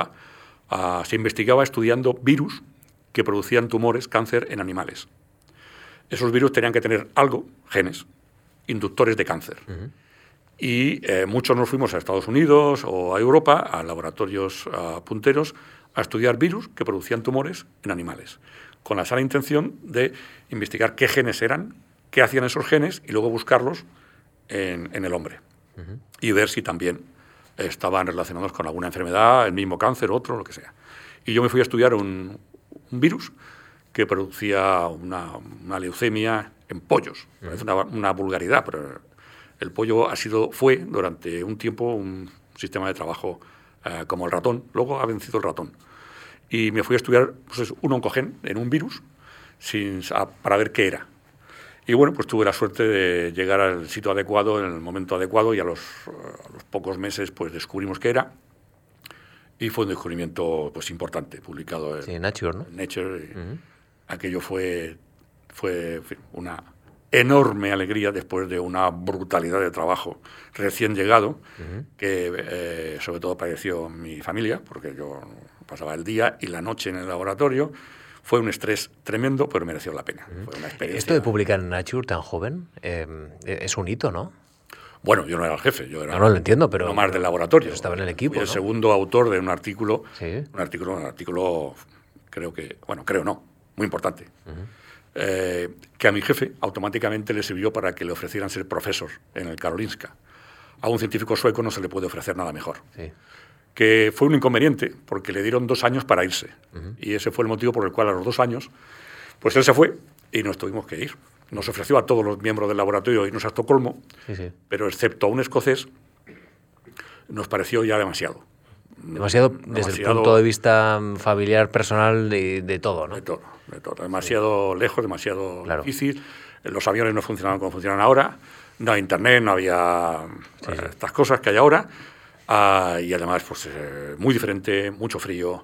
se investigaba estudiando virus que producían tumores, cáncer en animales. Esos virus tenían que tener genes, inductores de cáncer. Y muchos nos fuimos a Estados Unidos o a Europa, a laboratorios punteros, a estudiar virus que producían tumores en animales, con la sana intención de investigar qué genes eran, qué hacían esos genes y luego buscarlos en el hombre. Y ver si también estaban relacionados con alguna enfermedad, el mismo cáncer, otro, lo que sea. Y yo me fui a estudiar un virus que producía una leucemia en pollos. Parece una vulgaridad, pero el pollo fue durante un tiempo un sistema de trabajo como el ratón. Luego ha vencido el ratón. Y me fui a estudiar un oncogen en un virus para ver qué era. Y bueno, pues tuve la suerte de llegar al sitio adecuado en el momento adecuado y a los pocos meses pues descubrimos qué era. Y fue un descubrimiento pues importante, publicado en Nature, ¿no? Nature. Aquello fue una enorme alegría después de una brutalidad de trabajo recién llegado, que sobre todo padeció mi familia, porque yo pasaba el día y la noche en el laboratorio. Fue un estrés tremendo, pero mereció la pena. Fue una experiencia. Esto de publicar en Nature tan joven es un hito, ¿no? Bueno, yo no era el jefe, yo era no lo entiendo, pero no más del laboratorio. Estaba en el equipo, fui el segundo autor de un artículo, un artículo creo no, muy importante, que a mi jefe automáticamente le sirvió para que le ofrecieran ser profesor en el Karolinska. A un científico sueco no se le puede ofrecer nada mejor. Sí. Que fue un inconveniente, porque le dieron 2 años para irse. Y ese fue el motivo por el cual a los 2 años, pues él se fue y nos tuvimos que ir. Nos ofreció a todos los miembros del laboratorio irnos a Estocolmo, pero excepto a un escocés, nos pareció ya demasiado. Desde el punto de vista familiar, personal, de todo, ¿no? De todo. Demasiado lejos, demasiado difícil. Los aviones no funcionaban como funcionan ahora. No había internet, no había estas cosas que hay ahora. Y además, pues muy diferente, mucho frío.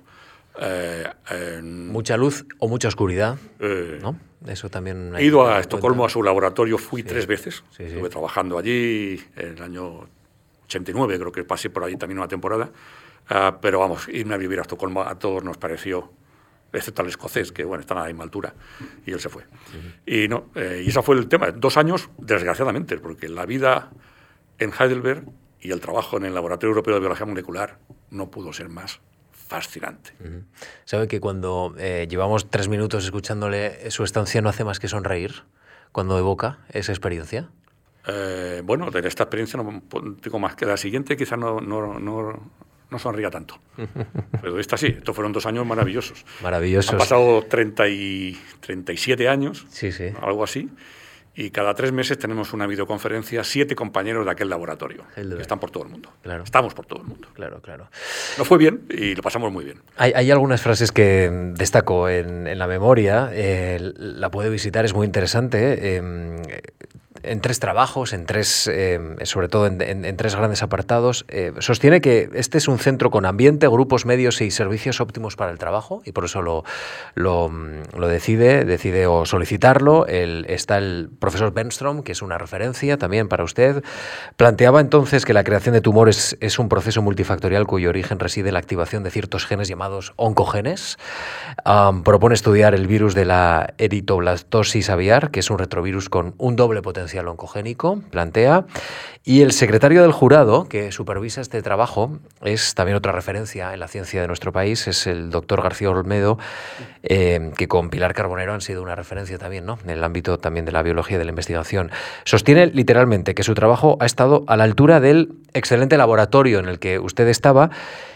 Mucha luz o mucha oscuridad, ¿no? Eso también. He ido a Estocolmo, a su laboratorio, fui 3 veces. Estuve trabajando allí en el año 89, creo que pasé por ahí también una temporada. Pero vamos, irme a vivir a Estocolmo a todos nos pareció, excepto al escocés, que bueno, está a la misma altura, y él se fue. Y ese fue el tema. 2 años, desgraciadamente, porque la vida en Heidelberg y el trabajo en el Laboratorio Europeo de Biología Molecular no pudo ser más fascinante. ¿Sabe que cuando llevamos 3 minutos escuchándole, su estancia no hace más que sonreír cuando evoca esa experiencia? Bueno, de esta experiencia no digo más que la siguiente, quizás no sonría tanto. Pero esta sí, estos fueron 2 años maravillosos. Maravillosos. Han pasado 37 años, algo así. Y cada 3 meses tenemos una videoconferencia, 7 compañeros de aquel laboratorio, que están por todo el mundo. Claro. Estamos por todo el mundo. Claro. Nos fue bien y lo pasamos muy bien. Hay algunas frases que destaco en la memoria. La puede visitar, es muy interesante. En 3 trabajos, sobre todo en 3 grandes apartados, sostiene que este es un centro con ambiente, grupos, medios y servicios óptimos para el trabajo, y por eso lo decide o solicitarlo. Está el profesor Wenström, que es una referencia también para usted. Planteaba entonces que la creación de tumores es un proceso multifactorial cuyo origen reside en la activación de ciertos genes llamados oncogenes. Propone estudiar el virus de la eritoblastosis aviar, que es un retrovirus con un doble potencial oncogénico, plantea. Y el secretario del jurado que supervisa este trabajo es también otra referencia en la ciencia de nuestro país, es el doctor García Olmedo, que con Pilar Carbonero han sido una referencia también, ¿no?, en el ámbito también de la biología y de la investigación. Sostiene literalmente que su trabajo ha estado a la altura del excelente laboratorio en el que usted estaba.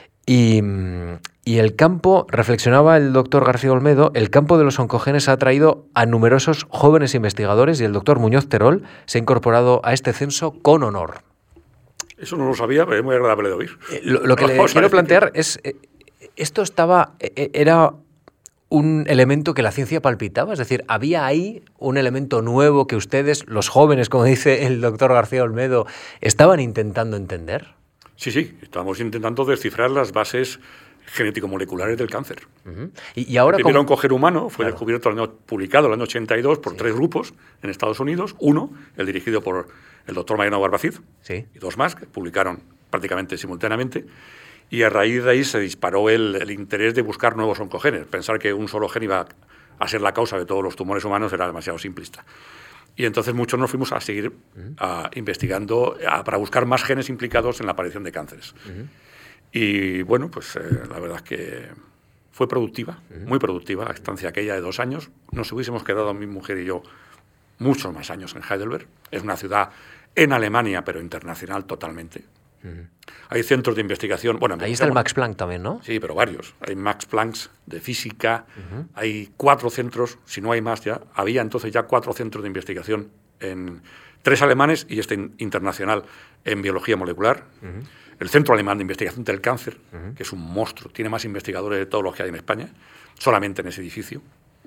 Y el campo, reflexionaba el doctor García Olmedo, el campo de los oncogenes ha atraído a numerosos jóvenes investigadores y el doctor Muñoz Terol se ha incorporado a este censo con honor. Eso no lo sabía, pero es muy agradable de oír. Lo que le quiero plantear es, esto era un elemento que la ciencia palpitaba? Es decir, ¿había ahí un elemento nuevo que ustedes, los jóvenes, como dice el doctor García Olmedo, estaban intentando entender? Sí, estamos intentando descifrar las bases genético-moleculares del cáncer. Y ahora, el primer oncogen humano fue claro, descubierto, publicado en el año 82 por 3 grupos en Estados Unidos. Uno, el dirigido por el doctor Mariano Barbacid, y 2 más, que publicaron prácticamente simultáneamente. Y a raíz de ahí se disparó el interés de buscar nuevos oncogenes. Pensar que un solo gen iba a ser la causa de todos los tumores humanos era demasiado simplista. Y entonces muchos nos fuimos a seguir investigando para buscar más genes implicados en la aparición de cánceres. Y bueno, pues la verdad es que fue productiva, muy productiva la estancia aquella de 2 años. Nos hubiésemos quedado mi mujer y yo muchos más años en Heidelberg. Es una ciudad en Alemania, pero internacional totalmente. Hay centros de investigación. Bueno, ahí está el Max Planck también, ¿no? Sí, pero varios. Hay Max Plancks de física, hay 4 centros, si no hay más ya. Había entonces ya 4 centros de investigación, 3 alemanes y este internacional en biología molecular. El Centro Alemán de Investigación del Cáncer, que es un monstruo, tiene más investigadores de todos los que hay en España, solamente en ese edificio,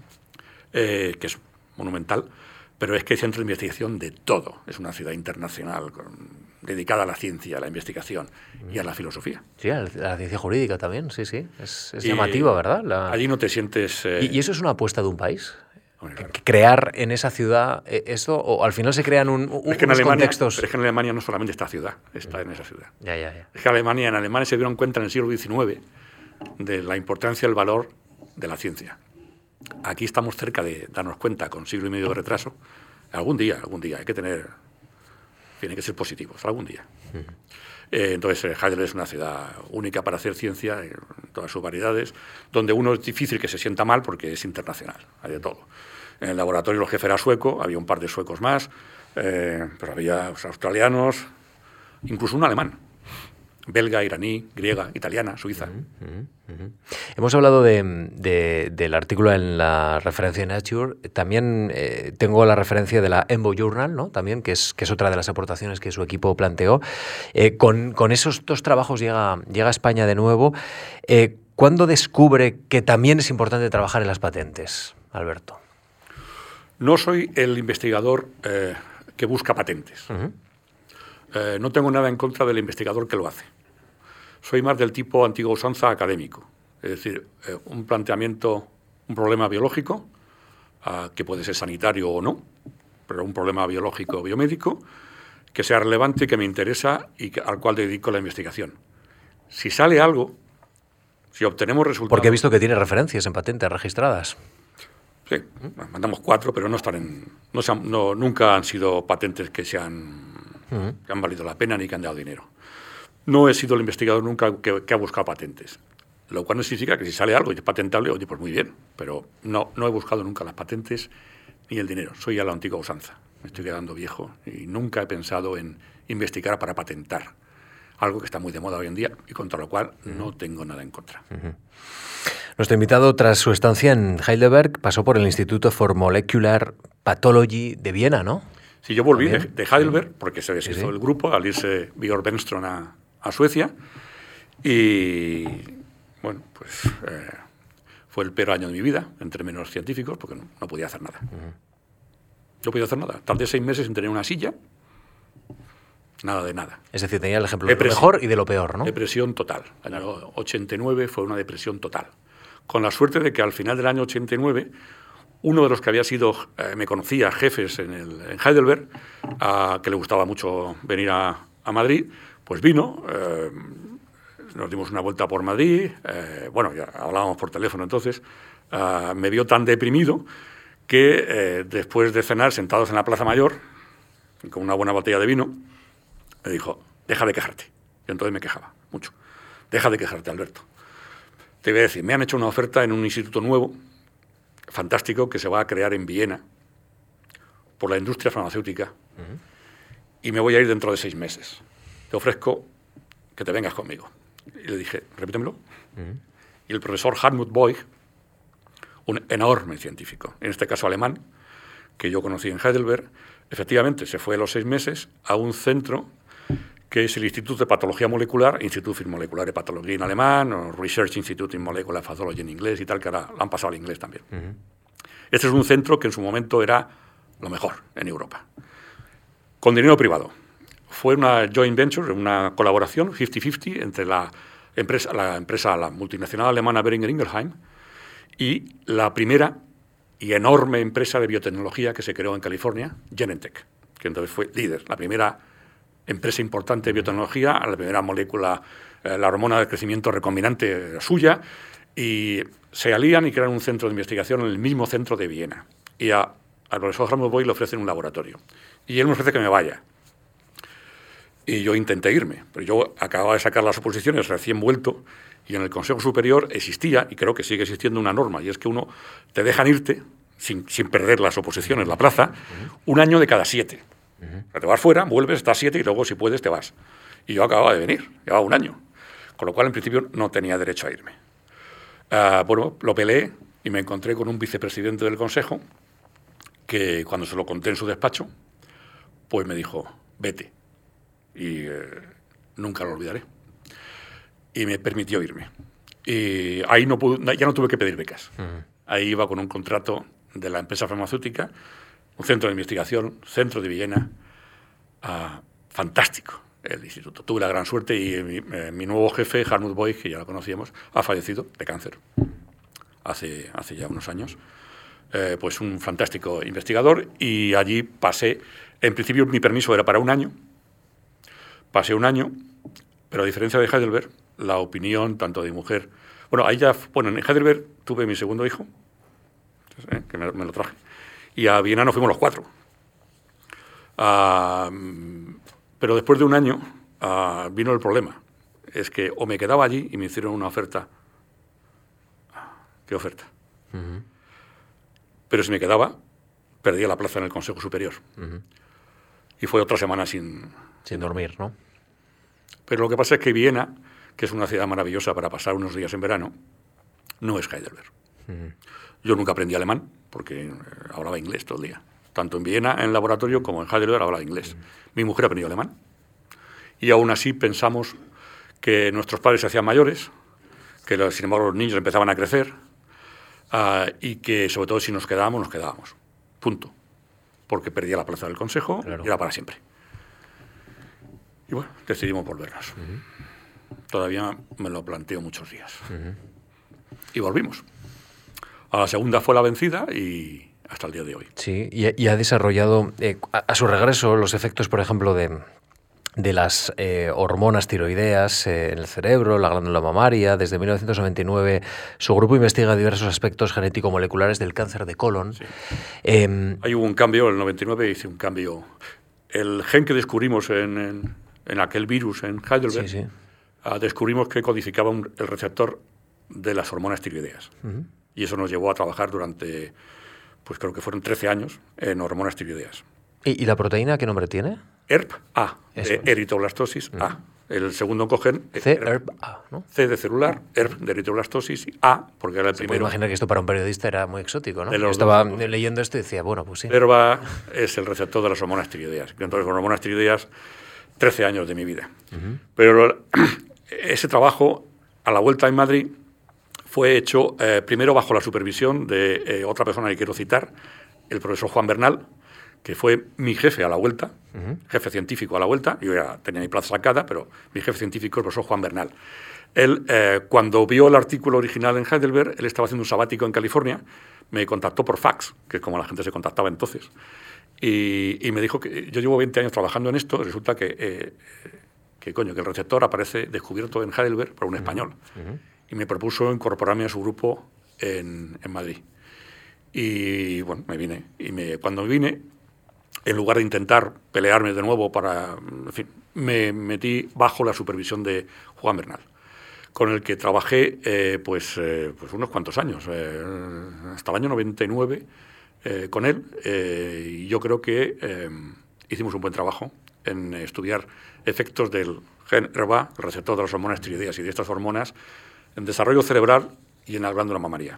que es monumental. Pero es que hay centros de investigación de todo. Es una ciudad internacional dedicada a la ciencia, a la investigación y a la filosofía. Sí, a la ciencia jurídica también, sí. Es llamativa, ¿verdad? Allí no te sientes... ¿Y eso es una apuesta de un país? Bueno, claro. ¿Crear en esa ciudad esto? ¿O al final se crean unos contextos? Pero es que en Alemania no solamente esta ciudad, está en esa ciudad. Ya. Es que en Alemania se dieron cuenta en el siglo XIX de la importancia y el valor de la ciencia. Aquí estamos cerca de darnos cuenta, con siglo y medio de retraso. Algún día, tiene que ser positivos, algún día. Entonces, Heidelberg es una ciudad única para hacer ciencia, en todas sus variedades, donde uno es difícil que se sienta mal porque es internacional, hay de todo. En el laboratorio el jefe era sueco, había un par de suecos más, pero había australianos, incluso un alemán. Belga, iraní, griega, italiana, suiza. Hemos hablado del artículo en la referencia Nature. También tengo la referencia de la EMBO Journal, ¿no? También, que es otra de las aportaciones que su equipo planteó. Con esos 2 trabajos llega a España de nuevo. ¿Cuándo descubre que también es importante trabajar en las patentes, Alberto? No soy el investigador que busca patentes. No tengo nada en contra del investigador que lo hace. Soy más del tipo antigua usanza académico. Es decir, un planteamiento, un problema biológico, que puede ser sanitario o no, pero un problema biológico o biomédico, que sea relevante, que me interesa y al cual dedico la investigación. Si sale algo, si obtenemos resultados... Porque he visto que tiene referencias en patentes registradas. Sí, mandamos 4, pero no están nunca han sido patentes que han valido la pena ni que han dado dinero. No he sido el investigador nunca que ha buscado patentes, lo cual no significa que si sale algo y es patentable, oye, pues muy bien, pero no he buscado nunca las patentes ni el dinero. Soy a la antigua usanza, me estoy quedando viejo y nunca he pensado en investigar para patentar algo que está muy de moda hoy en día y contra lo cual no tengo nada en contra. Nuestro invitado, tras su estancia en Heidelberg, pasó por el Instituto for Molecular Pathology de Viena, ¿no? Sí, yo volví de Heidelberg porque se deshizo el grupo al irse Björn Benström a Suecia y, bueno, pues fue el peor año de mi vida en términos científicos porque no podía hacer nada. No podía hacer nada. Tardé 6 meses en tener una silla, nada de nada. Es decir, tenía el ejemplo de lo mejor y de lo peor, ¿no? Depresión total. El año 89 fue una depresión total. Con la suerte de que al final del año 89... uno de los que había sido, me conocía, jefes en Heidelberg, que le gustaba mucho venir a Madrid, pues vino, nos dimos una vuelta por Madrid, ya hablábamos por teléfono entonces, me vio tan deprimido que después de cenar, sentados en la Plaza Mayor, con una buena botella de vino, me dijo, deja de quejarte. Y entonces me quejaba mucho. Deja de quejarte, Alberto. Te voy a decir, me han hecho una oferta en un instituto nuevo, fantástico, que se va a crear en Viena por la industria farmacéutica y me voy a ir dentro de 6 meses. Te ofrezco que te vengas conmigo. Y le dije, repítemelo. Y el profesor Hartmut Boig, un enorme científico, en este caso alemán, que yo conocí en Heidelberg, efectivamente se fue a los 6 meses a un centro que es el Instituto de Patología Molecular, Institut für Molekulare Pathologie en alemán, o Research Institute in Molecular Pathology en inglés y tal, que ahora lo han pasado al inglés también. Este es un centro que en su momento era lo mejor en Europa, con dinero privado. Fue una joint venture, una colaboración 50-50 entre la multinacional alemana Boehringer Ingelheim y la primera y enorme empresa de biotecnología que se creó en California, Genentech, que entonces fue líder, la primera empresa importante de biotecnología, la primera molécula, la hormona de crecimiento recombinante suya, y se alían y crean un centro de investigación en el mismo centro de Viena. Y al profesor Helmut Boyd le ofrecen un laboratorio. Y él me ofrece que me vaya. Y yo intenté irme, pero yo acababa de sacar las oposiciones recién vuelto, y en el Consejo Superior existía, y creo que sigue existiendo, una norma, y es que uno te dejan irte, sin perder las oposiciones, la plaza, un año de cada 7. O sea, te vas fuera, vuelves, estás 7 y luego, si puedes, te vas. Y yo acababa de venir, llevaba un año. Con lo cual, en principio, no tenía derecho a irme. Bueno, lo peleé y me encontré con un vicepresidente del Consejo que, cuando se lo conté en su despacho, pues me dijo, vete. Y nunca lo olvidaré. Y me permitió irme. Y ahí ya no tuve que pedir becas. Ahí iba con un contrato de la empresa farmacéutica, un centro de investigación, centro de Viena, fantástico el instituto. Tuve la gran suerte y mi nuevo jefe, Helmut Boyd, que ya lo conocíamos, ha fallecido de cáncer hace ya unos años. Pues un fantástico investigador, y allí pasé, en principio mi permiso era para un año, pasé un año, pero a diferencia de Heidelberg, la opinión tanto de mi mujer... en Heidelberg tuve mi segundo hijo, que me lo traje, y a Viena nos fuimos los 4. Pero después de un año vino el problema. Es que o me quedaba allí y me hicieron una oferta. ¿Qué oferta? Pero si me quedaba, perdía la plaza en el Consejo Superior. Y fue otra semana sin dormir, ¿no? Pero lo que pasa es que Viena, que es una ciudad maravillosa para pasar unos días en verano, no es Heidelberg. Yo nunca aprendí alemán, porque hablaba inglés todo el día. Tanto en Viena, en el laboratorio, como en Heidelberg hablaba inglés. Mi mujer aprendió alemán. Y aún así pensamos que nuestros padres se hacían mayores, que sin embargo los niños empezaban a crecer, y que sobre todo si nos quedábamos, nos quedábamos. Punto. Porque perdía la plaza del Consejo, claro. Y era para siempre. Y bueno, decidimos volvernos. Todavía me lo planteo muchos días. Y volvimos. A la segunda fue la vencida y hasta el día de hoy. Sí, y ha desarrollado a su regreso los efectos, por ejemplo, de las hormonas tiroideas en el cerebro, la glándula mamaria. Desde 1999 su grupo investiga diversos aspectos genético-moleculares del cáncer de colon. Sí. Ahí hubo un cambio, en el 99 hice un cambio. El gen que descubrimos en aquel virus en Heidelberg, descubrimos que codificaba el receptor de las hormonas tiroideas. Y eso nos llevó a trabajar durante, pues creo que fueron 13 años en hormonas tiroideas. ¿Y la proteína qué nombre tiene? ERP-A, eritroblastosis A. El segundo oncogen, ERP-A, ¿no? C de celular, ERP de eritroblastosis, A, porque era el primero. Se puede imaginar que esto para un periodista era muy exótico, ¿no? Yo estaba leyendo esto y decía, bueno, pues sí. ERP-A es el receptor de las hormonas tiroideas. Entonces, con hormonas tiroideas, 13 años de mi vida. Pero ese trabajo, a la vuelta en Madrid, fue hecho primero bajo la supervisión de otra persona que quiero citar, el profesor Juan Bernal, que fue mi jefe a la vuelta, jefe científico a la vuelta. Yo ya tenía mi plaza sacada, pero mi jefe científico, el profesor Juan Bernal. Él, cuando vio el artículo original en Heidelberg, él estaba haciendo un sabático en California, me contactó por fax, que es como la gente se contactaba entonces, y me dijo que yo llevo 20 años trabajando en esto, resulta que el receptor aparece descubierto en Heidelberg por un español. Y me propuso incorporarme a su grupo en Madrid. Y bueno, me vine. Cuando me vine, en lugar de intentar pelearme de nuevo en fin, me metí bajo la supervisión de Juan Bernal, con el que trabajé pues unos cuantos años, hasta el año 99 con él. Y yo creo que hicimos un buen trabajo en estudiar efectos del gen ERBA, el receptor de las hormonas tiroideas y de estas hormonas, en desarrollo cerebral y en la glándula mamaria.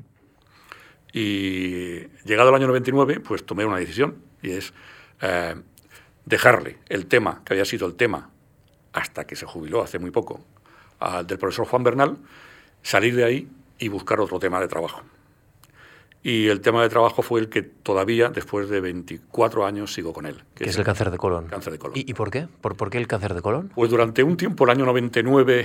Y llegado el año 99, pues tomé una decisión, y es dejarle el tema, que había sido el tema hasta que se jubiló hace muy poco, del profesor Juan Bernal, salir de ahí y buscar otro tema de trabajo. Y el tema de trabajo fue el que todavía, después de 24 años, sigo con él. Que es el cáncer de colon. Cáncer de colon. ¿Y por qué? ¿Por qué el cáncer de colon? Pues durante un tiempo, el año 99,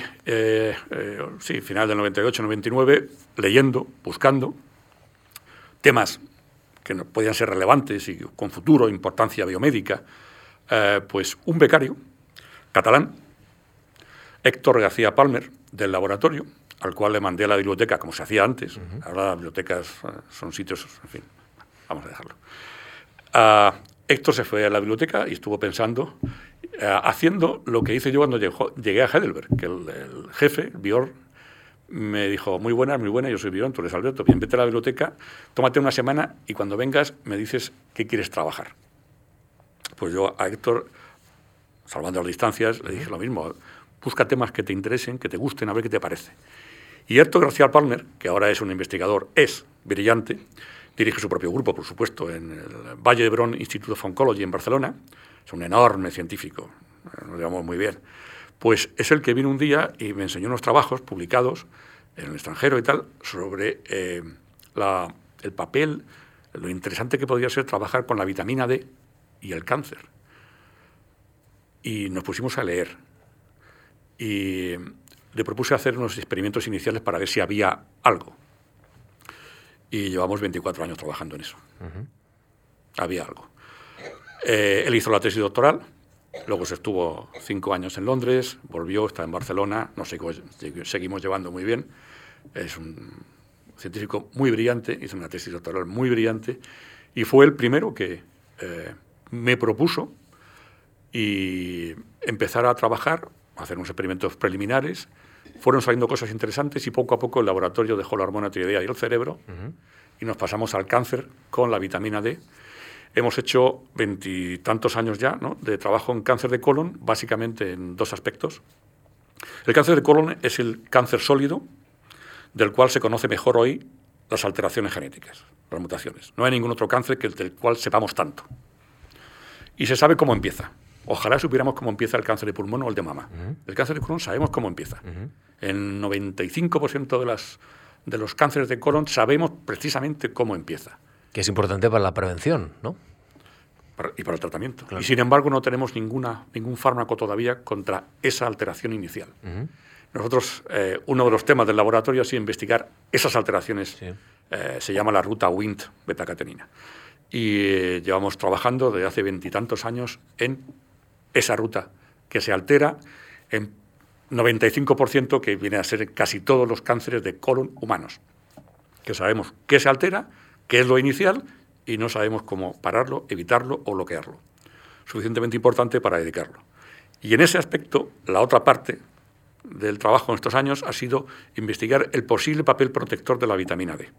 final del 98, 99, leyendo, buscando temas que podían ser relevantes y con futuro, importancia biomédica, pues un becario catalán, Héctor García Palmer, del laboratorio, al cual le mandé a la biblioteca, como se hacía antes. Ahora las bibliotecas son sitios, en fin, vamos a dejarlo. Héctor se fue a la biblioteca y estuvo pensando, haciendo lo que hice yo cuando llegué a Heidelberg, que el jefe, Bior, me dijo, muy buena, yo soy Bior, tú eres Alberto, bien, vete a la biblioteca, tómate una semana y cuando vengas me dices qué quieres trabajar. Pues yo a Héctor, salvando las distancias, le dije lo mismo, busca temas que te interesen, que te gusten, a ver qué te parece. Y Héctor García Palmer, que ahora es un investigador, es brillante, dirige su propio grupo, por supuesto, en el Vall d'Hebron Institute of Oncology en Barcelona, es un enorme científico, nos llevamos muy bien. Pues es el que vino un día y me enseñó unos trabajos publicados en el extranjero y tal, sobre el papel, lo interesante que podría ser trabajar con la vitamina D y el cáncer. Y nos pusimos a leer. Y le propuse hacer unos experimentos iniciales para ver si había algo. Y llevamos 24 años trabajando en eso. Había algo. Él hizo la tesis doctoral, luego se estuvo 5 años en Londres, volvió, está en Barcelona, nos seguimos llevando muy bien. Es un científico muy brillante, hizo una tesis doctoral muy brillante, y fue el primero que me propuso y empezar a trabajar, hacer unos experimentos preliminares. Fueron saliendo cosas interesantes y poco a poco el laboratorio dejó la hormona tiroidea y el cerebro y nos pasamos al cáncer con la vitamina D. Hemos hecho 20 y tantos años ya, ¿no?, de trabajo en cáncer de colon, básicamente en 2 aspectos. El cáncer de colon es el cáncer sólido del cual se conoce mejor hoy las alteraciones genéticas, las mutaciones. No hay ningún otro cáncer del cual sepamos tanto. Y se sabe cómo empieza. Ojalá supiéramos cómo empieza el cáncer de pulmón o el de mama. El cáncer de colon sabemos cómo empieza. El 95% de los cánceres de colon sabemos precisamente cómo empieza. Que es importante para la prevención, ¿no? Y para el tratamiento. Claro. Y sin embargo no tenemos ningún fármaco todavía contra esa alteración inicial. Nosotros, uno de los temas del laboratorio ha sido investigar esas alteraciones. Sí. Se llama la ruta Wnt beta-catenina. Y llevamos trabajando desde hace 20 y tantos años en esa ruta que se altera en 95%, que viene a ser casi todos los cánceres de colon humanos. Que sabemos qué se altera, qué es lo inicial, y no sabemos cómo pararlo, evitarlo o bloquearlo. Suficientemente importante para dedicarlo. Y en ese aspecto, la otra parte del trabajo en estos años ha sido investigar el posible papel protector de la vitamina D.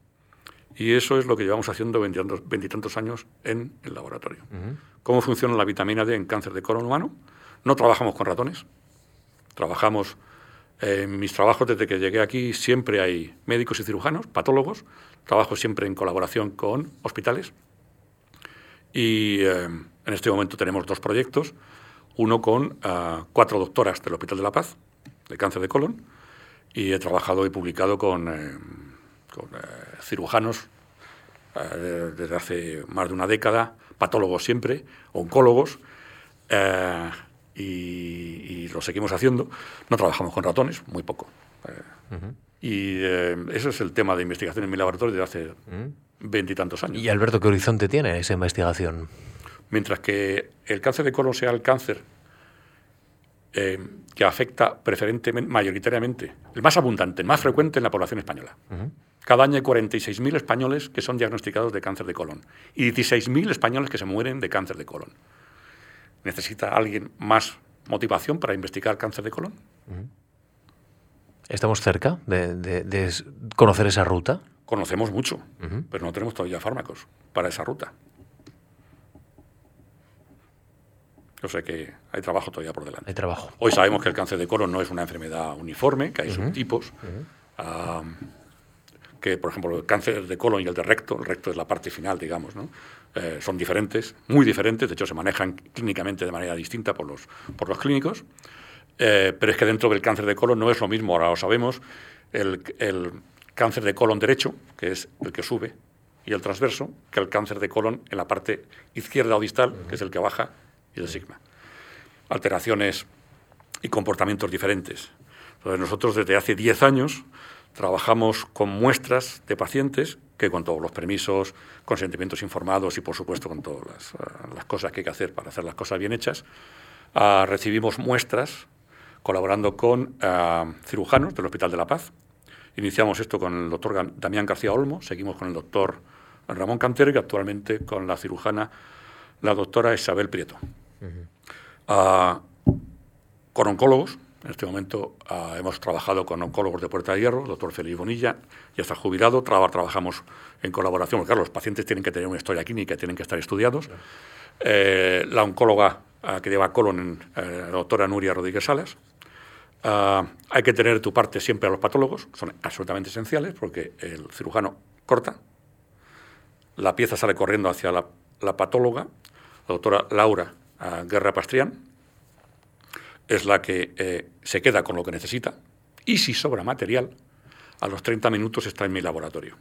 Y eso es lo que llevamos haciendo 20 y tantos años en el laboratorio. ¿Cómo funciona la vitamina D en cáncer de colon humano? No trabajamos con ratones. Trabajamos, en mis trabajos desde que llegué aquí siempre hay médicos y cirujanos, patólogos. Trabajo siempre en colaboración con hospitales. Y en este momento tenemos 2 proyectos. Uno con 4 doctoras del Hospital de la Paz, de cáncer de colon. Y he trabajado y publicado con cirujanos desde hace más de una década, patólogos siempre, oncólogos, y lo seguimos haciendo. No trabajamos con ratones, muy poco. Y ese es el tema de investigación en mi laboratorio desde hace 20 y tantos años. ¿Y Alberto, qué horizonte tiene esa investigación? Mientras que el cáncer de colon sea el cáncer que afecta preferentemente, mayoritariamente, el más abundante, el más frecuente en la población española. Cada año hay 46.000 españoles que son diagnosticados de cáncer de colon y 16.000 españoles que se mueren de cáncer de colon. ¿Necesita alguien más motivación para investigar cáncer de colon? ¿Estamos cerca de conocer esa ruta? Conocemos mucho, pero no tenemos todavía fármacos para esa ruta. O sea que hay trabajo todavía por delante. Hay trabajo. Hoy sabemos que el cáncer de colon no es una enfermedad uniforme, que hay subtipos, que, por ejemplo, el cáncer de colon y el de recto, el recto es la parte final, digamos, ¿no? Son diferentes, muy diferentes, de hecho se manejan clínicamente de manera distinta por los clínicos, pero es que dentro del cáncer de colon no es lo mismo, ahora lo sabemos, el cáncer de colon derecho, que es el que sube, y el transverso, que el cáncer de colon en la parte izquierda o distal, que es el que baja, y el sigma. Alteraciones y comportamientos diferentes. Entonces nosotros desde hace 10 años trabajamos con muestras de pacientes que, con todos los permisos, consentimientos informados y, por supuesto, con todas las cosas que hay que hacer para hacer las cosas bien hechas, recibimos muestras colaborando con cirujanos del Hospital de la Paz. Iniciamos esto con el doctor Damián García Olmo, seguimos con el doctor Ramón Cantero y actualmente con la cirujana, la doctora Isabel Prieto. Con oncólogos. En este momento hemos trabajado con oncólogos de Puerta de Hierro, el doctor Félix Bonilla, ya está jubilado, trabajamos en colaboración, porque claro, los pacientes tienen que tener una historia clínica, tienen que estar estudiados. La oncóloga que lleva colon, la doctora Nuria Rodríguez Salas. Hay que tener de tu parte siempre a los patólogos, son absolutamente esenciales, porque el cirujano corta, la pieza sale corriendo hacia la patóloga, la doctora Laura Guerra Pastrián, es la que se queda con lo que necesita, y si sobra material, a los 30 minutos está en mi laboratorio.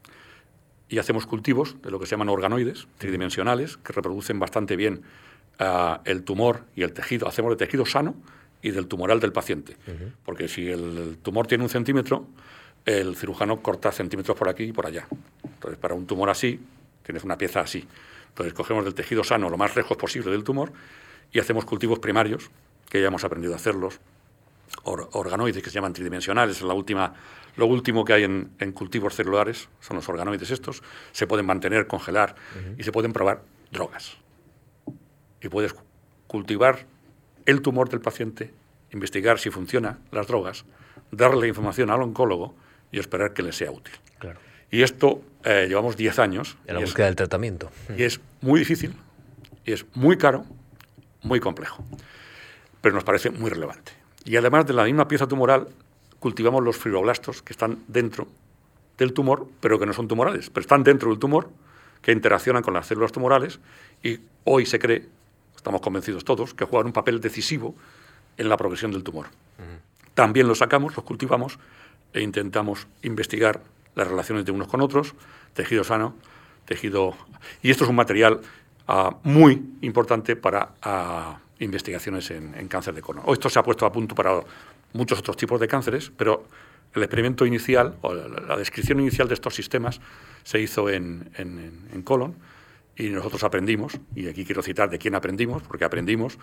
Y hacemos cultivos de lo que se llaman organoides tridimensionales, que reproducen bastante bien el tumor y el tejido. Hacemos de tejido sano y del tumoral del paciente. Porque si el tumor tiene 1 centímetro, el cirujano corta centímetros por aquí y por allá. Entonces, para un tumor así, tienes una pieza así. Entonces, cogemos del tejido sano lo más lejos posible del tumor y hacemos cultivos primarios, que ya hemos aprendido a hacerlos, organoides que se llaman tridimensionales, es lo último que hay en cultivos celulares, son los organoides estos, se pueden mantener, congelar y se pueden probar drogas. Y puedes cultivar el tumor del paciente, investigar si funcionan las drogas, darle información al oncólogo y esperar que le sea útil. Claro. Y esto llevamos 10 años. En la búsqueda del tratamiento. Y es muy difícil, y es muy caro, muy complejo. Pero nos parece muy relevante. Y además de la misma pieza tumoral, cultivamos los fibroblastos que están dentro del tumor, pero que no son tumorales, pero están dentro del tumor, que interaccionan con las células tumorales, y hoy se cree, estamos convencidos todos, que juegan un papel decisivo en la progresión del tumor. También los sacamos, los cultivamos, e intentamos investigar las relaciones de unos con otros, tejido sano, tejido... Y esto es un material muy importante para... investigaciones en cáncer de colon. Esto se ha puesto a punto para muchos otros tipos de cánceres, pero el experimento inicial, o la descripción inicial de estos sistemas, se hizo en colon, y nosotros aprendimos, y aquí quiero citar de quién aprendimos, porque aprendimos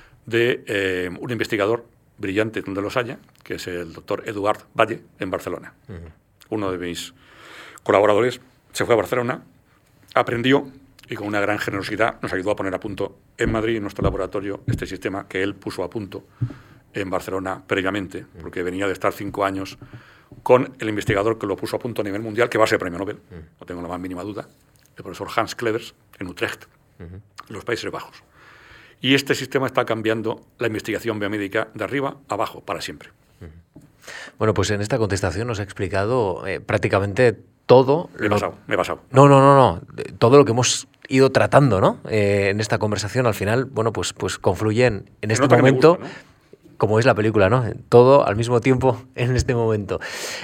de un investigador brillante donde los haya, que es el doctor Eduard Valle, en Barcelona. Uno de mis colaboradores se fue a Barcelona, aprendió, y con una gran generosidad nos ayudó a poner a punto en Madrid, en nuestro laboratorio, este sistema que él puso a punto en Barcelona previamente, porque venía de estar 5 años con el investigador que lo puso a punto a nivel mundial, que va a ser premio Nobel, no tengo la más mínima duda, el profesor Hans Clevers, en Utrecht, en los Países Bajos. Y este sistema está cambiando la investigación biomédica de arriba a abajo, para siempre. Bueno, pues en esta contestación nos ha explicado prácticamente todo... Me he pasado. No. Todo lo que hemos ido tratando, ¿no? En esta conversación, al final, bueno, pues confluyen en este momento, gusta, ¿no? Como es la película, ¿no? Todo al mismo tiempo en este momento.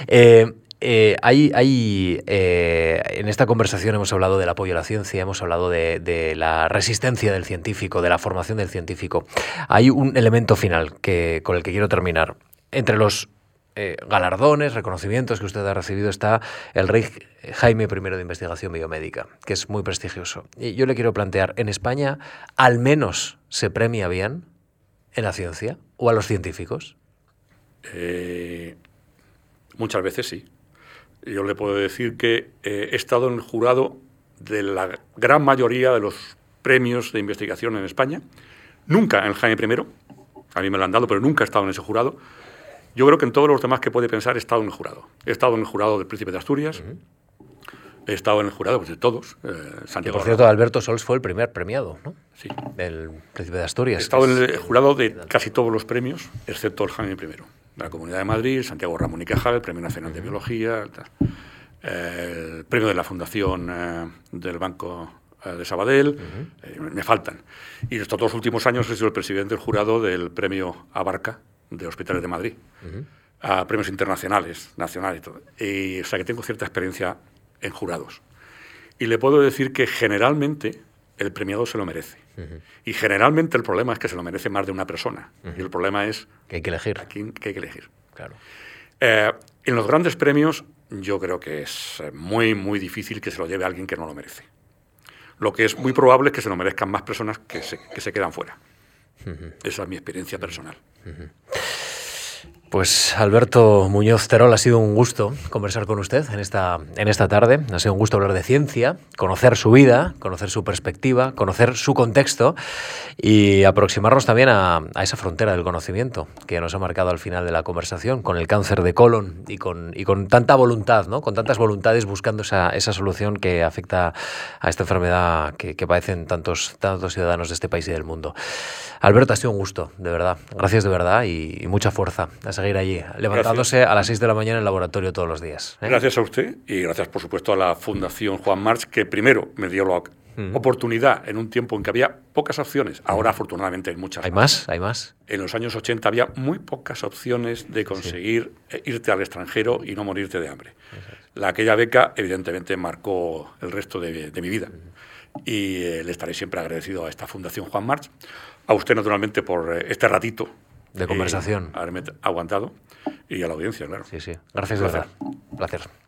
En esta conversación hemos hablado del apoyo a la ciencia, hemos hablado de la resistencia del científico, de la formación del científico. Hay un elemento final con el que quiero terminar. Entre los galardones, reconocimientos que usted ha recibido está el Rey Jaime I de Investigación Biomédica, que es muy prestigioso. Y yo le quiero plantear, ¿en España al menos se premia bien en la ciencia o a los científicos? Muchas veces sí. Yo le puedo decir que he estado en el jurado de la gran mayoría de los premios de investigación en España. Nunca en el Jaime I, a mí me lo han dado, pero nunca he estado en ese jurado. Yo creo que en todos los demás que puede pensar he estado en el jurado. He estado en el jurado del Príncipe de Asturias, he estado en el jurado de todos. Santiago, por cierto, Alberto Sols fue el primer premiado, ¿no? Sí. Del Príncipe de Asturias. He estado en el jurado de casi todos los premios, excepto el Jaime I. De la Comunidad de Madrid, Santiago Ramón y Cajal, el Premio Nacional de Biología. el premio de la Fundación del Banco de Sabadell, me faltan. Y estos 2 últimos años he sido el presidente del jurado del premio Abarca de Hospitales de Madrid, a premios internacionales, nacionales y todo. O sea que tengo cierta experiencia en jurados. Y le puedo decir que generalmente el premiado se lo merece. Y generalmente el problema es que se lo merece más de una persona. Y el problema es que hay que elegir. A quién que hay que elegir. Claro. En los grandes premios yo creo que es muy, muy difícil que se lo lleve a alguien que no lo merece. Lo que es muy probable es que se lo merezcan más personas que se quedan fuera. Esa es mi experiencia personal. Pues Alberto Muñoz Terol, ha sido un gusto conversar con usted en esta tarde. Ha sido un gusto hablar de ciencia, conocer su vida, conocer su perspectiva, conocer su contexto y aproximarnos también a esa frontera del conocimiento que nos ha marcado al final de la conversación, con el cáncer de colon y con tanta voluntad, ¿no? Con tantas voluntades buscando esa solución que afecta a esta enfermedad que padecen tantos ciudadanos de este país y del mundo. Alberto, ha sido un gusto, de verdad. Gracias de verdad y mucha fuerza a seguir allí, levantándose gracias. A las 6 de la mañana en el laboratorio todos los días. Gracias a usted y gracias, por supuesto, a la Fundación Juan March, que primero me dio la oportunidad en un tiempo en que había pocas opciones. Ahora, afortunadamente, hay muchas más. ¿Hay más? En los años 80 había muy pocas opciones de conseguir irte al extranjero y no morirte de hambre. Aquella beca, evidentemente, marcó el resto de mi vida. Y le estaré siempre agradecido a esta Fundación Juan March, a usted, naturalmente, por este ratito de conversación. Haberme aguantado y a la audiencia, claro. Sí. Gracias de verdad. Placer.